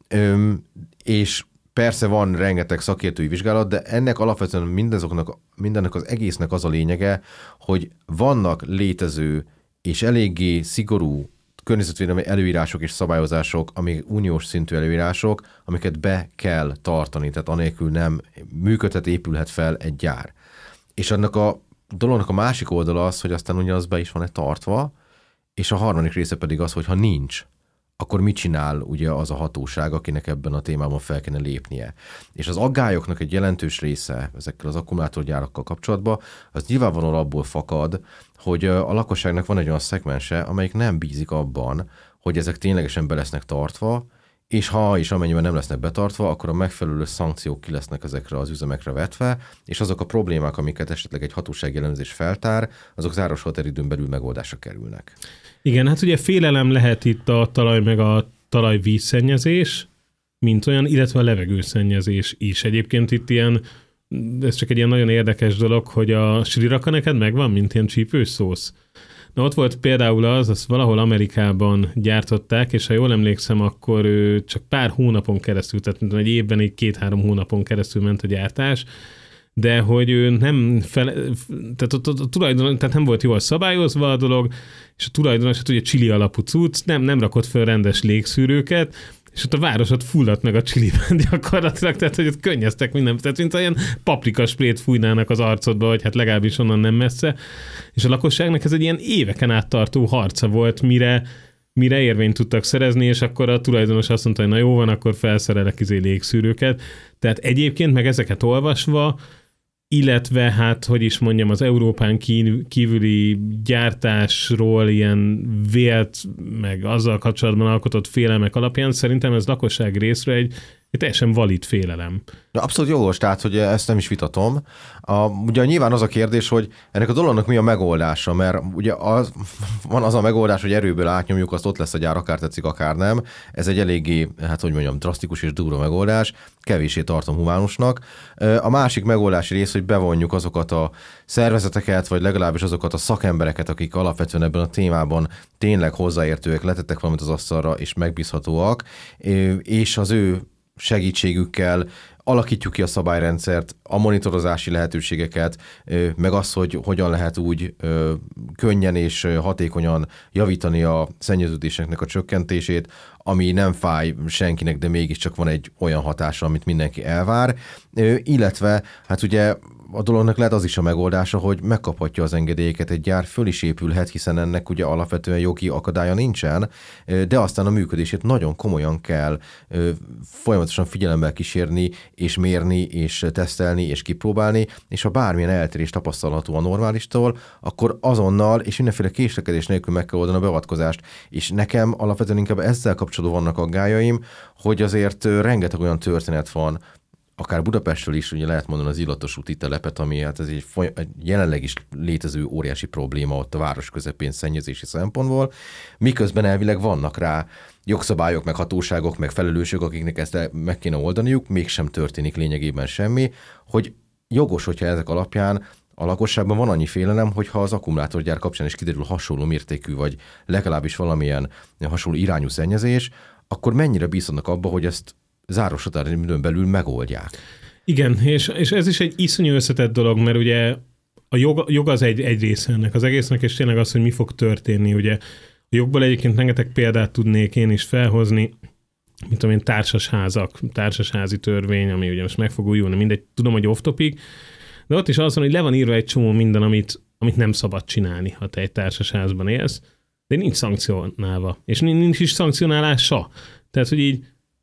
És persze van rengeteg szakértői vizsgálat, de ennek alapvetően mindazoknak, mindennek az egésznek az a lényege, hogy vannak létező és eléggé szigorú környezetvédelmi előírások és szabályozások, amik uniós szintű előírások, amiket be kell tartani, tehát anélkül nem működhet, épülhet fel egy gyár. És annak a dolognak a másik oldala az, hogy aztán ugyanaz be is van-e tartva, és a harmadik része pedig az, hogy ha nincs, akkor mit csinál ugye az a hatóság, akinek ebben a témában fel kéne lépnie. És az aggályoknak egy jelentős része ezekkel az akkumulátorgyárakkal kapcsolatban, az nyilvánvalóan abból fakad, hogy a lakosságnak van egy olyan szegmense, amelyik nem bízik abban, hogy ezek ténylegesen be lesznek tartva, és ha és amennyiben nem lesznek betartva, akkor a megfelelő szankciók ki lesznek ezekre az üzemekre vetve, és azok a problémák, amiket esetleg egy hatósági elemzés feltár, azok záros határidőn belül megoldásra kerülnek. Igen, hát ugye félelem lehet itt a talaj meg a talajvízszennyezés, mint olyan, illetve a levegőszennyezés is. Egyébként itt ilyen, ez csak egy ilyen nagyon érdekes dolog, hogy a Sri Raka neked megvan, mint ilyen csípős szósz. Na ott volt például az, azt valahol Amerikában gyártották, és ha jól emlékszem, akkor csak pár hónapon keresztül, tehát egy évben egy két-három hónapon keresztül ment a gyártás, de hogy ő nem fele, tehát, a, a, a tulajdonos, tehát nem volt jól szabályozva a dolog, és a tulajdonos, hát ugye chili alapú cucc, nem, nem rakott fel rendes légszűrőket, és ott a városot fulladt meg a csiliben gyakorlatilag, tehát hogy ott könnyeztek minden, tehát mint olyan paprikasprét fújnának az arcodba, vagy hát legalábbis onnan nem messze, és a lakosságnak ez egy ilyen éveken át tartó harca volt, mire mire érvényt tudtak szerezni, és akkor a tulajdonos azt mondta, hogy na jó van, akkor felszerelek izé légszűrőket. Tehát egyébként meg ezeket olvasva, illetve hát, hogy is mondjam, az Európán kívüli gyártásról ilyen vélt, meg azzal kapcsolatban alkotott félelmek alapján szerintem ez lakosság részről egy, egy teljesen valid félelem. Ja, abszolút jogos, tehát, hogy ezt nem is vitatom. A, ugye nyilván az a kérdés, hogy ennek a dolognak mi a megoldása, mert ugye az, van az a megoldás, hogy erőből átnyomjuk, azt ott lesz a gyár, akár tetszik, akár nem. Ez egy eléggé, hát hogy mondjam, drasztikus és durva megoldás, kevéssé tartom humánusnak. A másik megoldási rész, hogy bevonjuk azokat a szervezeteket, vagy legalábbis azokat a szakembereket, akik alapvetően ebben a témában tényleg hozzáértőek, letettek valamit az asztalra, és megbízhatóak, és az ő segítségükkel alakítjuk ki a szabályrendszert, a monitorozási lehetőségeket, meg az, hogy hogyan lehet úgy könnyen és hatékonyan javítani a szennyeződéseknek a csökkentését, ami nem fáj senkinek, de mégiscsak van egy olyan hatása, amit mindenki elvár, illetve hát ugye a dolognak lehet az is a megoldása, hogy megkaphatja az engedélyeket, egy gyár föl is épülhet, hiszen ennek ugye alapvetően jogi akadálya nincsen, de aztán a működését nagyon komolyan kell folyamatosan figyelemmel kísérni, és mérni, és tesztelni, és kipróbálni, és ha bármilyen eltérés tapasztalható a normálistól, akkor azonnal és mindenféle késlekedés nélkül meg kell oldani a beavatkozást. És nekem alapvetően inkább ezzel kapcsolatban vannak aggályaim, hogy azért rengeteg olyan történet van, akár Budapestről is ugye lehet mondani az Illatos úti telepet, ami hát ez egy, foly- egy jelenleg is létező óriási probléma ott a város közepén szennyezési szempontból, miközben elvileg vannak rá jogszabályok, meg hatóságok, meg felelősök, akiknek ezt meg kéne oldaniuk, mégsem történik lényegében semmi, hogy jogos, hogyha ezek alapján a lakosságban van annyi félelem, hogy ha az akkumulátorgyár kapcsán is kiderül hasonló mértékű, vagy legalábbis valamilyen hasonló irányú szennyezés, akkor mennyire bízhatnak abba, hogy ezt záros határidőn belül megoldják. Igen, és, és ez is egy iszonyú összetett dolog, mert ugye a jog, jog az egy, egy része ennek az egésznek, és tényleg az, hogy mi fog történni. Ugye a jogból egyébként rengeteg példát tudnék én is felhozni, mint tudom én, társasházak, társasházi törvény, ami ugye most meg fog újulni, mindegy, tudom, hogy off-topic, de ott is az van, hogy le van írva egy csomó minden, amit, amit nem szabad csinálni, ha te egy társasházban élsz, de nincs szankcionálva, és nincs is szankcionálása. Tehát, hogy így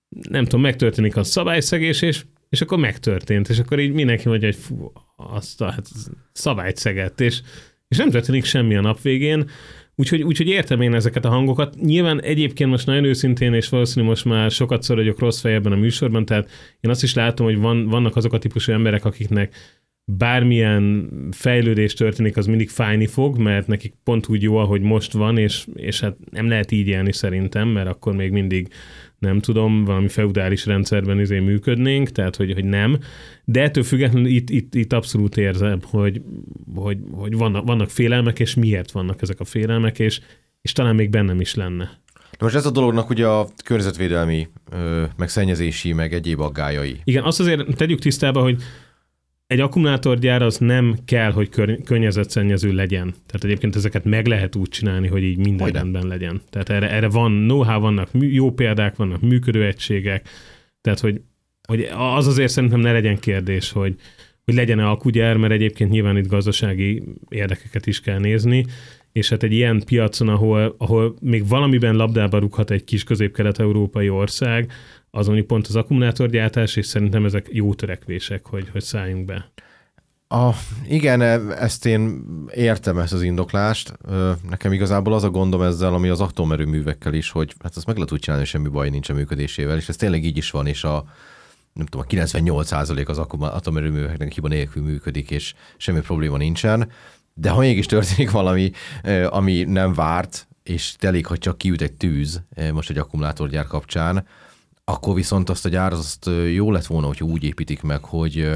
nem tudom, megtörténik a szabályszegés, és, és akkor megtörtént, és akkor így mindenki mondja, hogy fú, azt a hát szabályt szegett, és, és nem történik semmi a nap végén. Úgyhogy, úgyhogy értem én ezeket a hangokat. Nyilván egyébként most nagyon őszintén, és valószínűleg most már sokat szor vagyok rossz fej ebben a műsorban, tehát én azt is látom, hogy van, vannak azok a típusú emberek, akiknek bármilyen fejlődés történik, az mindig fájni fog, mert nekik pont úgy jó, ahogy most van, és, és hát nem lehet így élni szerintem, mert akkor még mindig nem tudom, valami feudális rendszerben izé működnénk, tehát hogy, hogy nem. De ettől függetlenül itt, itt, itt abszolút érzem, hogy, hogy, hogy vannak, vannak félelmek, és miért vannak ezek a félelmek, és, és talán még bennem is lenne. De most ez a dolognak ugye a környezetvédelmi, meg szennyezési, meg egyéb aggályai. Igen, azt azért tegyük tisztába, hogy egy akkumulátorgyár az nem kell, hogy kör, környezetszennyező legyen. Tehát egyébként ezeket meg lehet úgy csinálni, hogy így minden Hogyne. rendben legyen. Tehát erre, erre van know-how, vannak jó példák, vannak működő egységek. Tehát, hogy, hogy az azért szerintem ne legyen kérdés, hogy, hogy legyen-e akkugyár, mert egyébként nyilván itt gazdasági érdekeket is kell nézni, és hát egy ilyen piacon, ahol, ahol még valamiben labdába rúghat egy kis közép-kelet-európai ország, az mondjuk pont az akkumulátorgyártás, és szerintem ezek jó törekvések, hogy, hogy szálljunk be. A, igen, ezt én értem, ezt az indoklást. Nekem igazából az a gondom ezzel, ami az atomerőművekkel is, hogy hát azt meg lehet úgy csinálni, hogy semmi baj nincs a működésével, és ez tényleg így is van, és a, nem tudom, a kilencvennyolc százalék az atomerőműveknek hiba nélkül működik, és semmi probléma nincsen. De ha mégis történik valami, ami nem várt, és elég, hogy csak kiüt egy tűz, most egy akkumulátorgyár kapcsán, akkor viszont azt a gyár, azt jó lett volna, hogyha úgy építik meg, hogy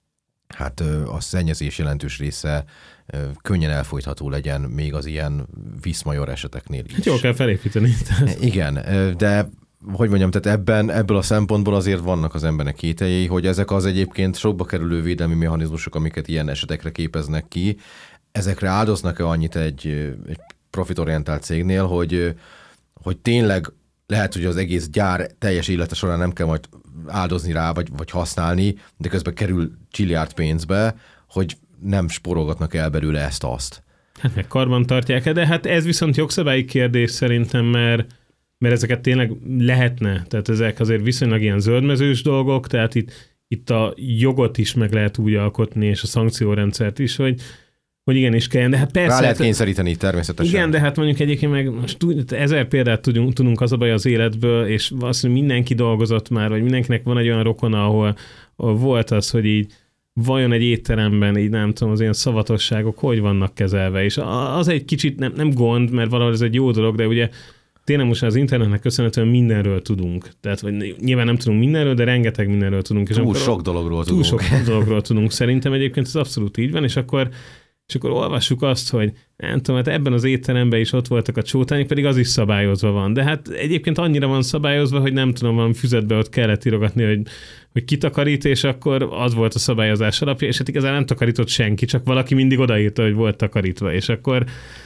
hát a szennyezés jelentős része könnyen elfolytható legyen még az ilyen viszmajor eseteknél is. Hát jól kell felépíteni. Igen, de hogy mondjam, tehát ebben, ebből a szempontból azért vannak az embernek kételjei, hogy ezek az egyébként sokba kerülő védelmi mechanizmusok, amiket ilyen esetekre képeznek ki, ezekre áldoznak-e annyit egy, egy profitorientált cégnél, hogy, hogy tényleg lehet, hogy az egész gyár teljes élete során nem kell majd áldozni rá, vagy, vagy használni, de közben kerül csilliárd pénzbe, hogy nem sporolgatnak el belőle ezt-azt. Hát meg karban tartják, de hát ez viszont jogszabályi kérdés szerintem, mert, mert ezeket tényleg lehetne. Tehát ezek azért viszonylag ilyen zöldmezős dolgok, tehát itt, itt a jogot is meg lehet úgy alkotni, és a szankciórendszert is, hogy hogy igenis kelljen, de hát persze... Rá lehet kényszeríteni természetesen. Igen, de hát mondjuk egyébként meg most ezer példát tudunk, tudunk az a baj az életből, és valószínűleg mindenki dolgozott már, vagy mindenkinek van egy olyan rokona, ahol, ahol volt az, hogy így vajon egy étteremben, így nem tudom, az ilyen szavatosságok hogy vannak kezelve, és az egy kicsit nem, nem gond, mert valahol ez egy jó dolog, de ugye tényleg most az internetnek köszönhetően mindenről tudunk. Tehát vagy nyilván nem tudunk mindenről, de rengeteg mindenről tudunk. És túl sok dologról túl tudunk. Túl sok dologról tudunk. Szerintem egyébként ez abszolút így van, és akkor És akkor olvassuk azt, hogy nem tudom, hát ebben az étteremben is ott voltak a csótányok, pedig az is szabályozva van. De hát egyébként annyira van szabályozva, hogy nem tudom, van füzetbe ott kellett írogatni, hogy, hogy kitakarít, és akkor az volt a szabályozás alapja, és hát igazán nem takarított senki, csak valaki mindig odaírta, hogy volt takarítva, és akkor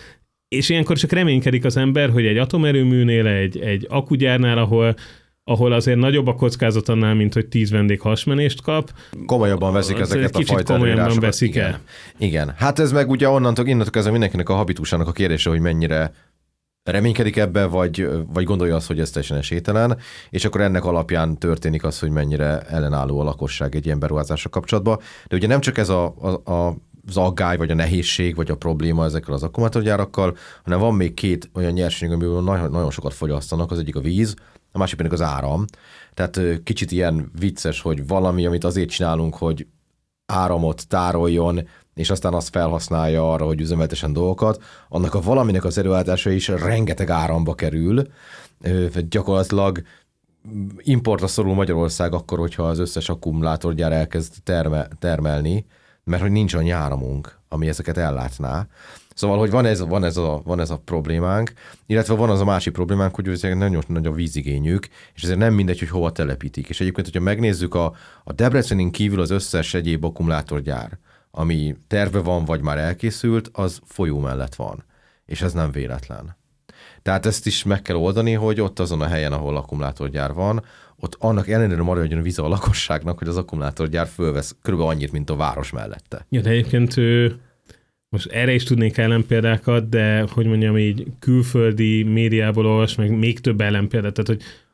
és ilyenkor csak reménykedik az ember, hogy egy atomerőműnél, egy, egy akkugyárnál, ahol ahol azért nagyobb a kockázat annál, mint hogy tíz vendég hasmenést kap. Komolyabban veszik ezeket a fajta komolyabban veszik igen. el. Igen. Hát ez meg ugye onnantól, innentől kezdve mindenkinek a habitusának a kérdése, hogy mennyire reménykedik ebbe, vagy, vagy gondolja azt, hogy ez teljesen esélytelen, és akkor ennek alapján történik az, hogy mennyire ellenálló a lakosság egy ilyen beruházásra kapcsolatban. De ugye nem csak ez a, a, a az aggály, vagy a nehézség, vagy a probléma ezekkel az akkumulátorgyárakkal, hanem van még két olyan nyersanyag, amiből nagyon, nagyon sokat fogyasztanak, az egyik a víz, a másik pedig az áram. Tehát kicsit ilyen vicces, hogy valami, amit azért csinálunk, hogy áramot tároljon, és aztán azt felhasználja arra, hogy üzemeltessen dolgokat, annak a valaminek az előállítása is rengeteg áramba kerül. Gyakorlatilag importra szorul Magyarország akkor, hogyha az összes akkumulátorgyár elkezd terme, termelni, mert hogy nincs annyi áramunk, ami ezeket ellátná. Szóval, hogy van ez, van, ez a, van ez a problémánk, illetve van az a másik problémánk, hogy nagyon nagy a vízigényük, és ezért nem mindegy, hogy hova telepítik. És egyébként, hogyha megnézzük a, a Debrecenin kívül az összes egyéb akkumulátorgyár, ami terve van, vagy már elkészült, az folyó mellett van. És ez nem véletlen. Tehát ezt is meg kell oldani, hogy ott azon a helyen, ahol akkumulátorgyár van, ott annak ellenére maradjon a víze a lakosságnak, hogy az akkumulátorgyár fölvesz körülbelül annyit, mint a város mellette. Ja, de egyébként ő, most erre is tudnék ellenpéldákat, de hogy mondjam így külföldi médiából olvas, meg még több ellenpéldát, tehát hogy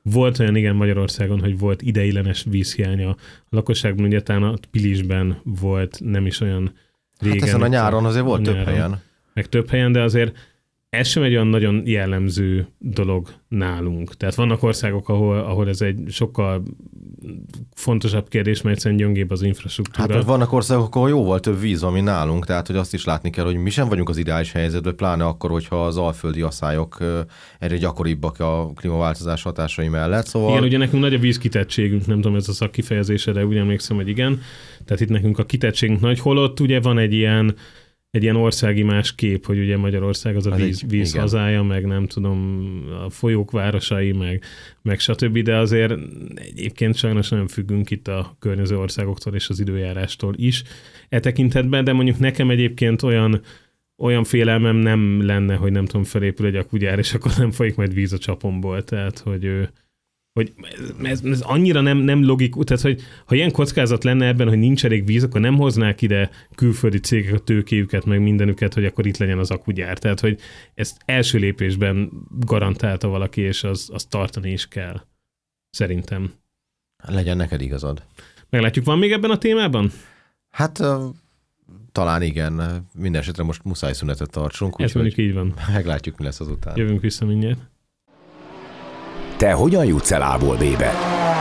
Volt olyan, igen, Magyarországon, hogy volt ideiglenes vízhiánya. A lakosságban ugye talán a Pilisben volt nem is olyan régen. Hát ezen a nyáron azért volt nyáron, több helyen. Meg több helyen, de azért ez sem egy olyan nagyon jellemző dolog nálunk. Tehát vannak országok, ahol, ahol ez egy sokkal fontosabb kérdés, mert egyszerűen gyöngébb az infrastruktúra. Hát mert vannak országok, ahol jóval több víz van, mint nálunk, tehát hogy azt is látni kell, hogy mi sem vagyunk az ideális helyzetben, pláne akkor, hogyha az alföldi asszályok egyre gyakoribbak a klímaváltozás hatásai mellett. Szóval... Igen, ugye nekünk nagy a vízkitettségünk, nem tudom, ez a szakkifejezése, de úgy emlékszem, hogy igen. Tehát itt nekünk a kitettségünk nagy, holott ugye van egy ilyen egy ilyen országi más kép, hogy ugye Magyarország az a víz, egy, víz hazája, meg nem tudom, a folyók városai, meg, meg stb., de azért egyébként sajnos nem függünk itt a környező országoktól és az időjárástól is e tekintetben, de mondjuk nekem egyébként olyan, olyan félelmem nem lenne, hogy nem tudom, felépül egy akkugyár, és akkor nem folyik majd víz a csapomból, tehát hogy hogy ez, ez annyira nem, nem logikus, tehát hogy ha ilyen kockázat lenne ebben, hogy nincs elég víz, akkor nem hoznák ide külföldi cégek a tőkéjüket, meg mindenüket, hogy akkor itt legyen az akkugyár. Tehát, hogy ezt első lépésben garantálta valaki, és az, az tartani is kell. Szerintem. Legyen neked igazad. Meglátjuk, van még ebben a témában? Hát talán igen. Minden esetre most muszáj szünetet tartsunk. Ez mondjuk így van. Meglátjuk, mi lesz azután. Jövünk vissza mindjárt. Te hogyan jutsz el A-ból B-be?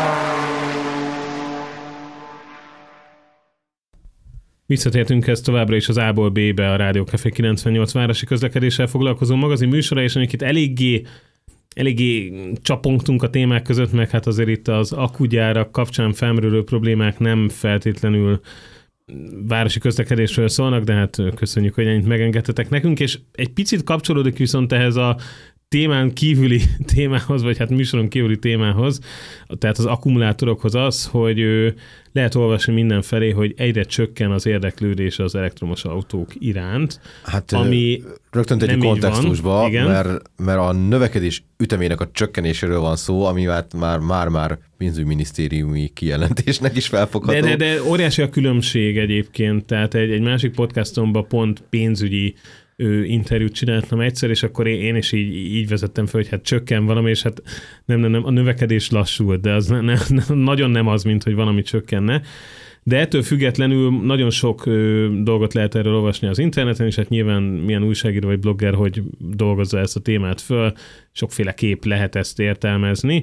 Visszatértünk ezt továbbra is az A-ból B-be, a Rádió Café kilencvennyolc városi közlekedéssel foglalkozó magazin műsora, és itt eléggé, eléggé csapongtunk a témák között, meg hát azért itt az akkugyárak kapcsán felmerülő problémák nem feltétlenül városi közlekedésről szólnak, de hát köszönjük, hogy ennyit megengedtetek nekünk, és egy picit kapcsolódik viszont ehhez a témán kívüli témához, vagy hát műsoron kívüli témához, tehát az akkumulátorokhoz az, hogy lehet olvasni mindenfelé, hogy egyre csökken az érdeklődés az elektromos autók iránt. Hát ami rögtön tegyük kontextusba, mert, mert a növekedés ütemének a csökkenéséről van szó, ami már már pénzügyminisztériumi kijelentésnek is felfogható. De, de, de óriási a különbség egyébként, tehát egy, egy másik podcastomban pont pénzügyi ő interjút csináltam egyszer, és akkor én is így, így vezettem fel, hogy hát csökken valami, és hát nem, nem, nem a növekedés lassult, de az ne, ne, nagyon nem az, mint hogy valami csökkenne. De ettől függetlenül nagyon sok ö, dolgot lehet erről olvasni az interneten, és hát nyilván milyen újságíró vagy blogger, hogy dolgozza ezt a témát föl, sokféle kép lehet ezt értelmezni.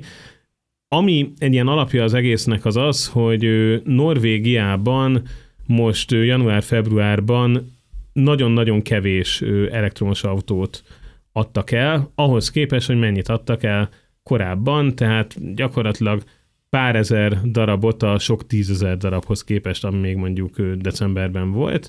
Ami egy ilyen alapja az egésznek az az, hogy ö, Norvégiában most ö, január-februárban nagyon-nagyon kevés elektromos autót adtak el, ahhoz képest, hogy mennyit adtak el korábban, tehát gyakorlatilag pár ezer darabot a sok tízezer darabhoz képest, ami még mondjuk decemberben volt,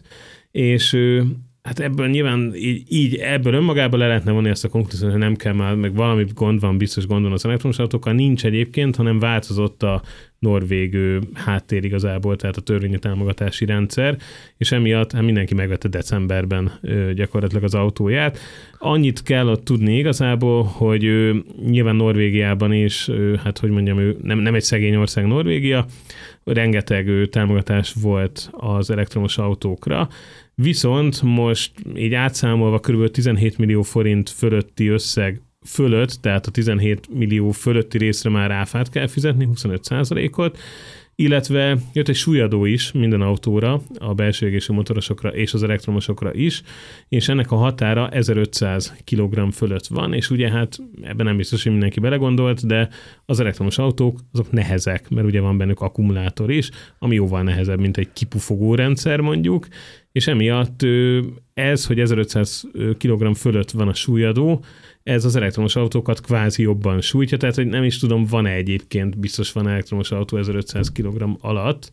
és hát ebből nyilván így, így ebből önmagában le lehetne vonni ezt a konklúziót, hogy nem kell már, meg valami gond van, biztos gond van az elektromos autókkal, nincs egyébként, hanem változott a norvég háttér igazából, tehát a törvényi támogatási rendszer, és emiatt hát mindenki megvette decemberben gyakorlatilag az autóját. Annyit kell ott tudni igazából, hogy nyilván Norvégiában is, hát hogy mondjam, ő nem, nem egy szegény ország Norvégia, rengeteg támogatás volt az elektromos autókra, viszont most így átszámolva kb. tizenhét millió forint fölötti összeg fölött, tehát a tizenhét millió fölötti részre már áfát kell fizetni, huszonöt százalékot, illetve jött egy súlyadó is minden autóra, a belső égésű motorosokra és az elektromosokra is, és ennek a határa ezerötszáz kilogramm fölött van, és ugye hát ebben nem biztos, hogy mindenki belegondolt, de az elektromos autók azok nehezek, mert ugye van bennük akkumulátor is, ami jóval nehezebb, mint egy kipufogó rendszer mondjuk, és emiatt ez, hogy ezerötszáz kilogramm fölött van a súlyadó, ez az elektromos autókat kvázi jobban sújtja, tehát hogy nem is tudom, van-e egyébként, biztos van elektromos autó ezerötszáz kilogramm alatt,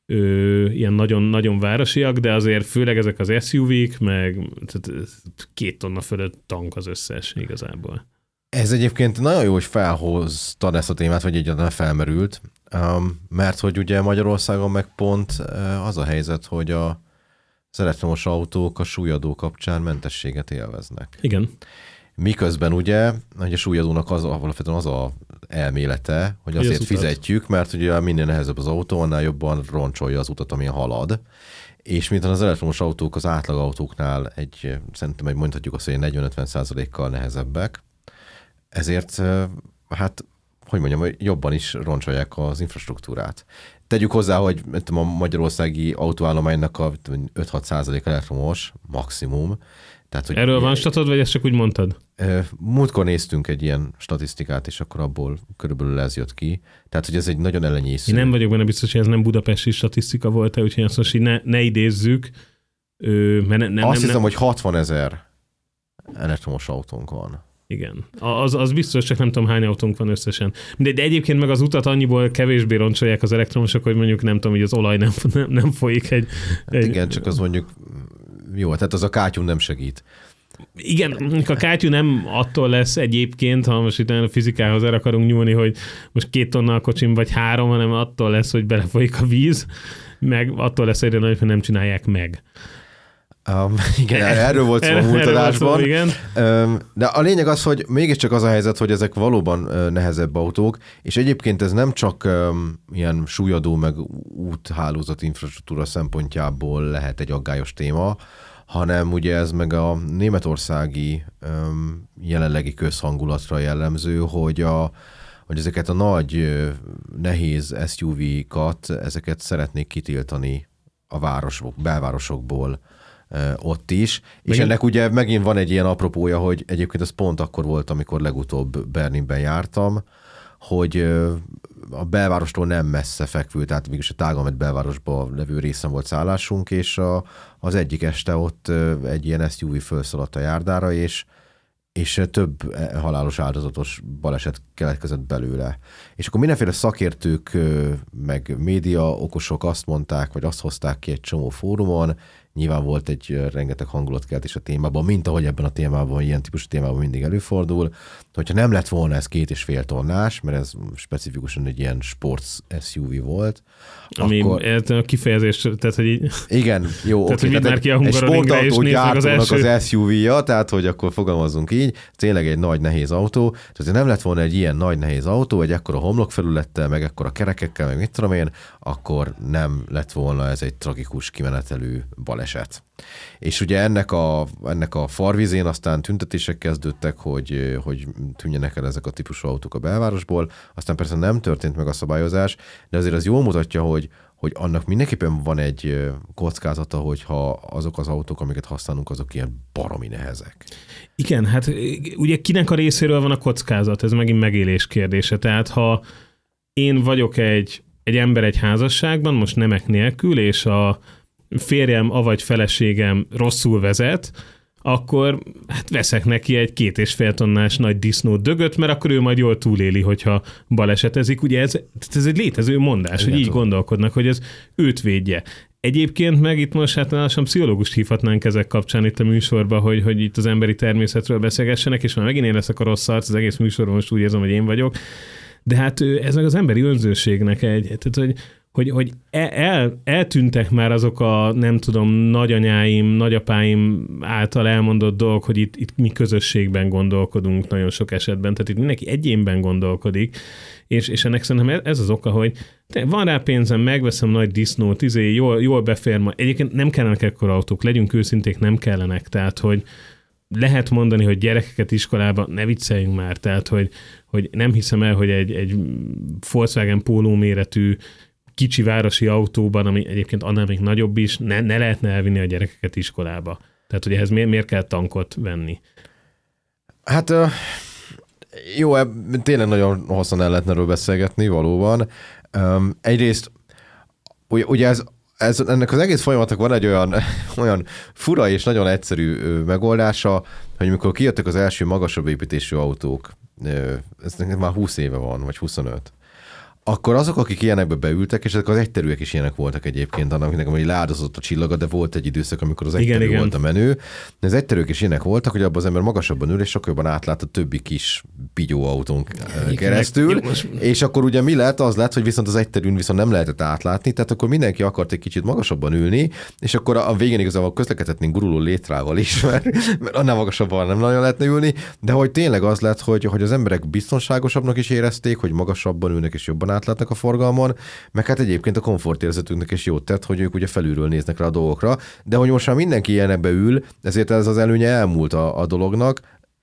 ö, ilyen nagyon-nagyon városiak, de azért főleg ezek az es u vé-k, meg tehát két tonna fölött tank az összes igazából. Ez egyébként nagyon jó, hogy felhoztad ezt a témát, vagy egyáltalán felmerült, mert hogy ugye Magyarországon meg pont az a helyzet, hogy a az elektromos autók a súlyadó kapcsán mentességet élveznek. Igen. Miközben ugye, hogy a súlyadónak az, alapvetően az a elmélete, hogy hogy azért az fizetjük, mert ugye minél nehezebb az autó, annál jobban roncsolja az utat, ami halad. És mint az elektromos autók az átlagautóknál egy, szerintem egy mondhatjuk azt, hogy negyven-ötven százalékkal nehezebbek. Ezért hát hogy mondjam, hogy jobban is roncsolják az infrastruktúrát. Tegyük hozzá, hogy a magyarországi autóállománynak a öt-hat százalék elektromos maximum. Tehát, hogy erről van statod, vagy ezt csak úgy mondtad? Múltkor néztünk egy ilyen statisztikát, és akkor abból körülbelül ez jött ki. Tehát, hogy ez egy nagyon elenyésző. Én nem vagyok benne biztos, hogy ez nem budapesti statisztika volt, úgyhogy azt most így ne, ne idézzük. Ö, mert ne, ne, azt nem, hiszem, nem... hogy hatvanezer elektromos autónk van. Igen. Az, az biztos, csak nem tudom, hány autónk van összesen. De, de egyébként meg az utat annyiból kevésbé roncsolják az elektromosok, hogy mondjuk nem tudom, hogy az olaj nem, nem, nem folyik egy... Hát egy... igen, csak az mondjuk jó, tehát az a kátyum nem segít. Igen, a kátyú nem attól lesz egyébként, ha most itt a fizikához el akarunk nyúlni, hogy most két tonna a kocsim vagy három, hanem attól lesz, hogy belefolyik a víz, meg attól lesz egyre nagyobb, hogy nem csinálják meg. Um, igen, erről volt szó a múlt adásban. Igen. Um, de a lényeg az, hogy mégiscsak az a helyzet, hogy ezek valóban uh, nehezebb autók, és egyébként ez nem csak um, ilyen súlyadó, meg úthálózat infrastruktúra szempontjából lehet egy aggályos téma, hanem ugye ez meg a németországi um, jelenlegi közhangulatra jellemző, hogy, a, hogy ezeket a nagy, nehéz es u vé-kat, ezeket szeretnék kitiltani a városok, belvárosokból ott is. És megint... ennek ugye megint van egy ilyen apropója, hogy egyébként ez pont akkor volt, amikor legutóbb Berlinben jártam, hogy a belvárostól nem messze fekvő, tehát mégis a Tágamet belvárosban levő részen volt szállásunk, és a, az egyik este ott egy ilyen es u vé felszaladt a járdára, és és több halálos áldozatos baleset keletkezett belőle. És akkor mindenféle szakértők, meg média okosok azt mondták, vagy azt hozták ki egy csomó fórumon, nyilván volt egy rengeteg hangulatkeltés a témában, mint ahogy ebben a témában, ilyen típusú témában mindig előfordul, hogyha nem lett volna ez két és fél tonnás, mert ez specifikusan egy ilyen sports es u vé volt. Ami akkor... a kifejezés, tehát hogy így... Igen, jó. Tehát, oké, hogy tehát ki a egy sportautó gyártónak az, első... az es u vé-ja, tehát hogy akkor fogalmazzunk így, tényleg egy nagy nehéz autó, tehát nem lett volna egy ilyen nagy nehéz autó, egy ekkora homlokfelülettel, meg ekkora kerekekkel, meg mit tudom én, akkor nem lett volna ez egy tragikus kimenetelő baleset. És ugye ennek a, ennek a farvizén aztán tüntetések kezdődtek, hogy, hogy tűnjenek el ezek a típusú autók a belvárosból, aztán persze nem történt meg a szabályozás, de azért az jól mutatja, hogy, hogy annak mindenképpen van egy kockázata, hogyha azok az autók, amiket használunk, azok ilyen baromi nehezek. Igen, hát ugye kinek a részéről van a kockázat, ez megint megélés kérdése. Tehát ha én vagyok egy, egy ember egy házasságban, most nemek nélkül, és a férjem, avagy feleségem rosszul vezet, akkor hát veszek neki egy két és fél tonnás nagy disznó dögöt, mert akkor ő majd jól túléli, hogyha balesetezik. Ugye ez, ez egy létező mondás, igen, hogy így tudom. Gondolkodnak, hogy ez őt védje. Egyébként meg itt most hát lassan pszichológust hívhatnánk ezek kapcsán itt a műsorban, hogy, hogy itt az emberi természetről beszélgessenek, és már megint én leszek a rossz arc, az egész műsorban most úgy érzem, hogy én vagyok. De hát ez meg az emberi önzőségnek egy, tehát hogy hogy, hogy el, eltűntek már azok a, nem tudom, nagyanyáim, nagyapáim által elmondott dolgok, hogy itt, itt mi közösségben gondolkodunk nagyon sok esetben, tehát itt mindenki egyénben gondolkodik, és, és ennek szerintem ez az oka, hogy te, van rá pénzem, megveszem nagy disznót, izé, jól, jól befér ma. Egyébként nem kellenek ekkora autók, legyünk őszinték, nem kellenek, tehát hogy lehet mondani, hogy gyerekeket iskolába ne vicceljünk már, tehát hogy, hogy nem hiszem el, hogy egy, egy Volkswagen Polo méretű kicsi városi autóban, ami egyébként annál még nagyobb is, ne, ne lehetne elvinni a gyerekeket iskolába. Tehát, hogy ehhez miért, miért kell tankot venni? Hát jó, tényleg nagyon hosszan el lehetne erről beszélgetni, valóban. Egyrészt, ugye ez, ez, ennek az egész folyamatnak van egy olyan, olyan fura és nagyon egyszerű megoldása, hogy amikor kijöttek az első magasabb építésű autók, ez már húsz éve van, vagy huszonöt, akkor azok, akik ilyenekbe beültek, és ezek az egyterűek is ilyenek voltak egyébként, annak nekem, hogy leáldozott a csillaga, de volt egy időszak, amikor az egyterű igen, volt igen. a menő. De az egyterűek is ilyenek voltak, hogy abban az ember magasabban ül, és sokkal jobban átlát a többi kis bigyóautón keresztül. És akkor ugye mi lett? Az lett, hogy viszont az egyterűn viszont nem lehetett átlátni, tehát akkor mindenki akart egy kicsit magasabban ülni, és akkor a végén igazából közlekedhetnénk guruló létrával is, mert, mert annál magasabban nem nagyon lehetne ülni, de hogy tényleg az lett, hogy, hogy az emberek biztonságosabbnak is érezték, hogy magasabban ülnek és jobban átlátnak a forgalmon, meg hát egyébként a komfortérzetünknek is jót tett, hogy ők ugye felülről néznek rá a dolgokra, de hogy most már mindenki ilyenekbe ül, ezért ez az előnye elmúlt a, a dolognak,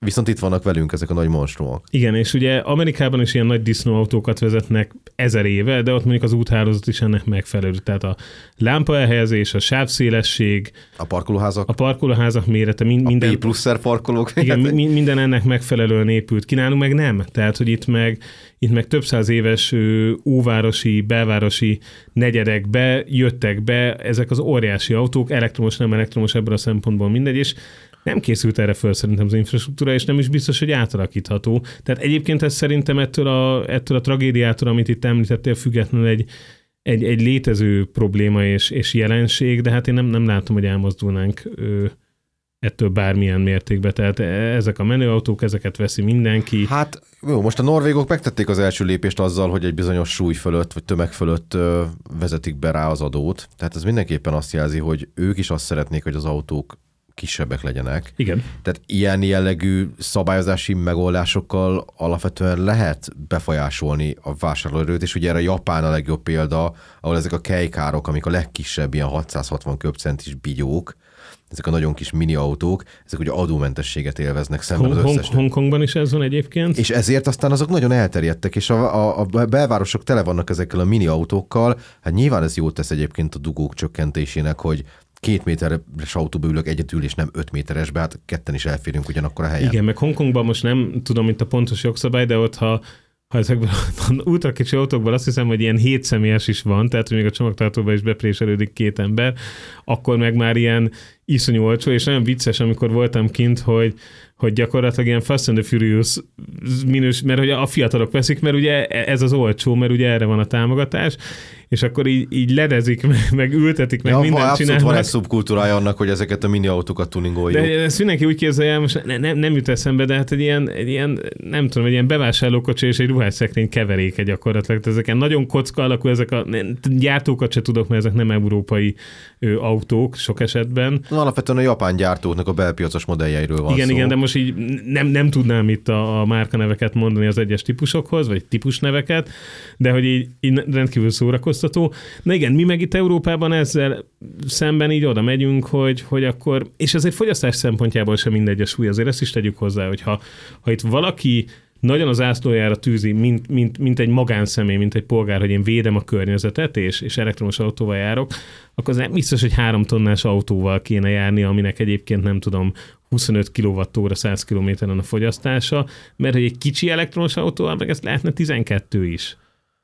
Viszont itt vannak velünk ezek a nagy monstrumok. Igen, és ugye Amerikában is ilyen nagy disznóautókat vezetnek ezer éve, de ott mondjuk az úthálózat is ennek megfelelő. Tehát a lámpa elhelyezés, a sávszélesség, A parkolóházak, a parkolóházak mérete, mind, minden... P pluszer parkolók. Igen, mi- minden ennek megfelelően épült ki. Nálunk meg nem. Tehát, hogy itt meg, itt meg több száz éves ö, óvárosi, belvárosi negyedekbe jöttek be ezek az óriási autók, elektromos, nem elektromos ebből a szempontból mindegy, és nem készült erre föl szerintem az infrastruktúra, és nem is biztos, hogy átalakítható. Tehát egyébként ez szerintem ettől a, ettől a tragédiától, amit itt említettél, függetlenül egy, egy, egy létező probléma és, és jelenség, de hát én nem, nem látom, hogy elmozdulnánk ö, ettől bármilyen mértékben. Tehát ezek a menőautók, ezeket veszi mindenki. Hát jó, most a norvégok megtették az első lépést azzal, hogy egy bizonyos súly fölött, vagy tömeg fölött ö, vezetik be rá az adót. Tehát ez mindenképpen azt jelzi, hogy ők is azt szeretnék, hogy az autók kisebbek legyenek. Igen. Tehát ilyen jellegű szabályozási megoldásokkal alapvetően lehet befolyásolni a vásárlóerőt, és ugye erre Japán a legjobb példa, ahol ezek a kejkárok, amik a legkisebb ilyen hatszázhatvan köbcentis bigyók, ezek a nagyon kis mini autók, ezek ugye adómentességet élveznek szemben az Hong- összes. Hongkongban is ez van egyébként. És ezért aztán azok nagyon elterjedtek, és a, a, a belvárosok tele vannak ezekkel a mini autókkal. Hát nyilván ez jót tesz egyébként a dugók csökkentésének, hogy két méteres autóba ülök egyedül, és nem öt méteresbe, hát ketten is elférünk ugyanakkor a helyen. Igen, meg Hongkongban most nem tudom, mint a pontos jogszabály, de ott, ha, ha ezekben az ultra kicsi autókban azt hiszem, hogy ilyen hét személyes is van, tehát hogy még a csomagtartóban is bepréselődik két ember, akkor meg már ilyen iszonyú olcsó, és nagyon vicces, amikor voltam kint, hogy, hogy gyakorlatilag ilyen Fast and the Furious minős, mert hogy a fiatalok veszik, mert ugye ez az olcsó, mert ugye erre van a támogatás, és akkor így, így ledezik, meg, meg ültetik, meg ja, mindent abszolút csinálnak. van egy szubkultúrája annak, hogy ezeket a mini autókat tuningoljuk. De ezt mindenki úgy képzelje el, most ne, nem, nem jut eszembe, de hát egy ilyen, egy ilyen, nem tudom, egy ilyen bevásárlókocsi és egy ruhásszekrény keveréke gyakorlatilag. Ezeken nagyon kocka alakú, ezek a gyártókat se tudok, mert ezek nem európai ö, autók sok esetben. Alapvetően a japán gyártóknak a belpiacos modelljeiről van Igen, szó. igen, de most így nem, nem tudnám itt a, a márkaneveket mondani az egyes típusokhoz, vagy típusneveket, de hogy így, így rendkívül szórakoztató. Na igen, mi meg itt Európában ezzel szemben így oda megyünk, hogy, hogy akkor, és ez egy fogyasztás szempontjából sem mindegy a súly, azért ezt is tegyük hozzá, hogy ha, ha itt valaki nagyon az ászlójára tűzi, mint, mint, mint egy magánszemély, mint egy polgár, hogy én védem a környezetet, és, és elektromos autóval járok, akkor az nem biztos, hogy három tonnás autóval kéne járni, aminek egyébként nem tudom, huszonöt kilovattóra száz kilométeren a fogyasztása, mert hogy egy kicsi elektromos autóval meg ezt lehetne tizenkettő is.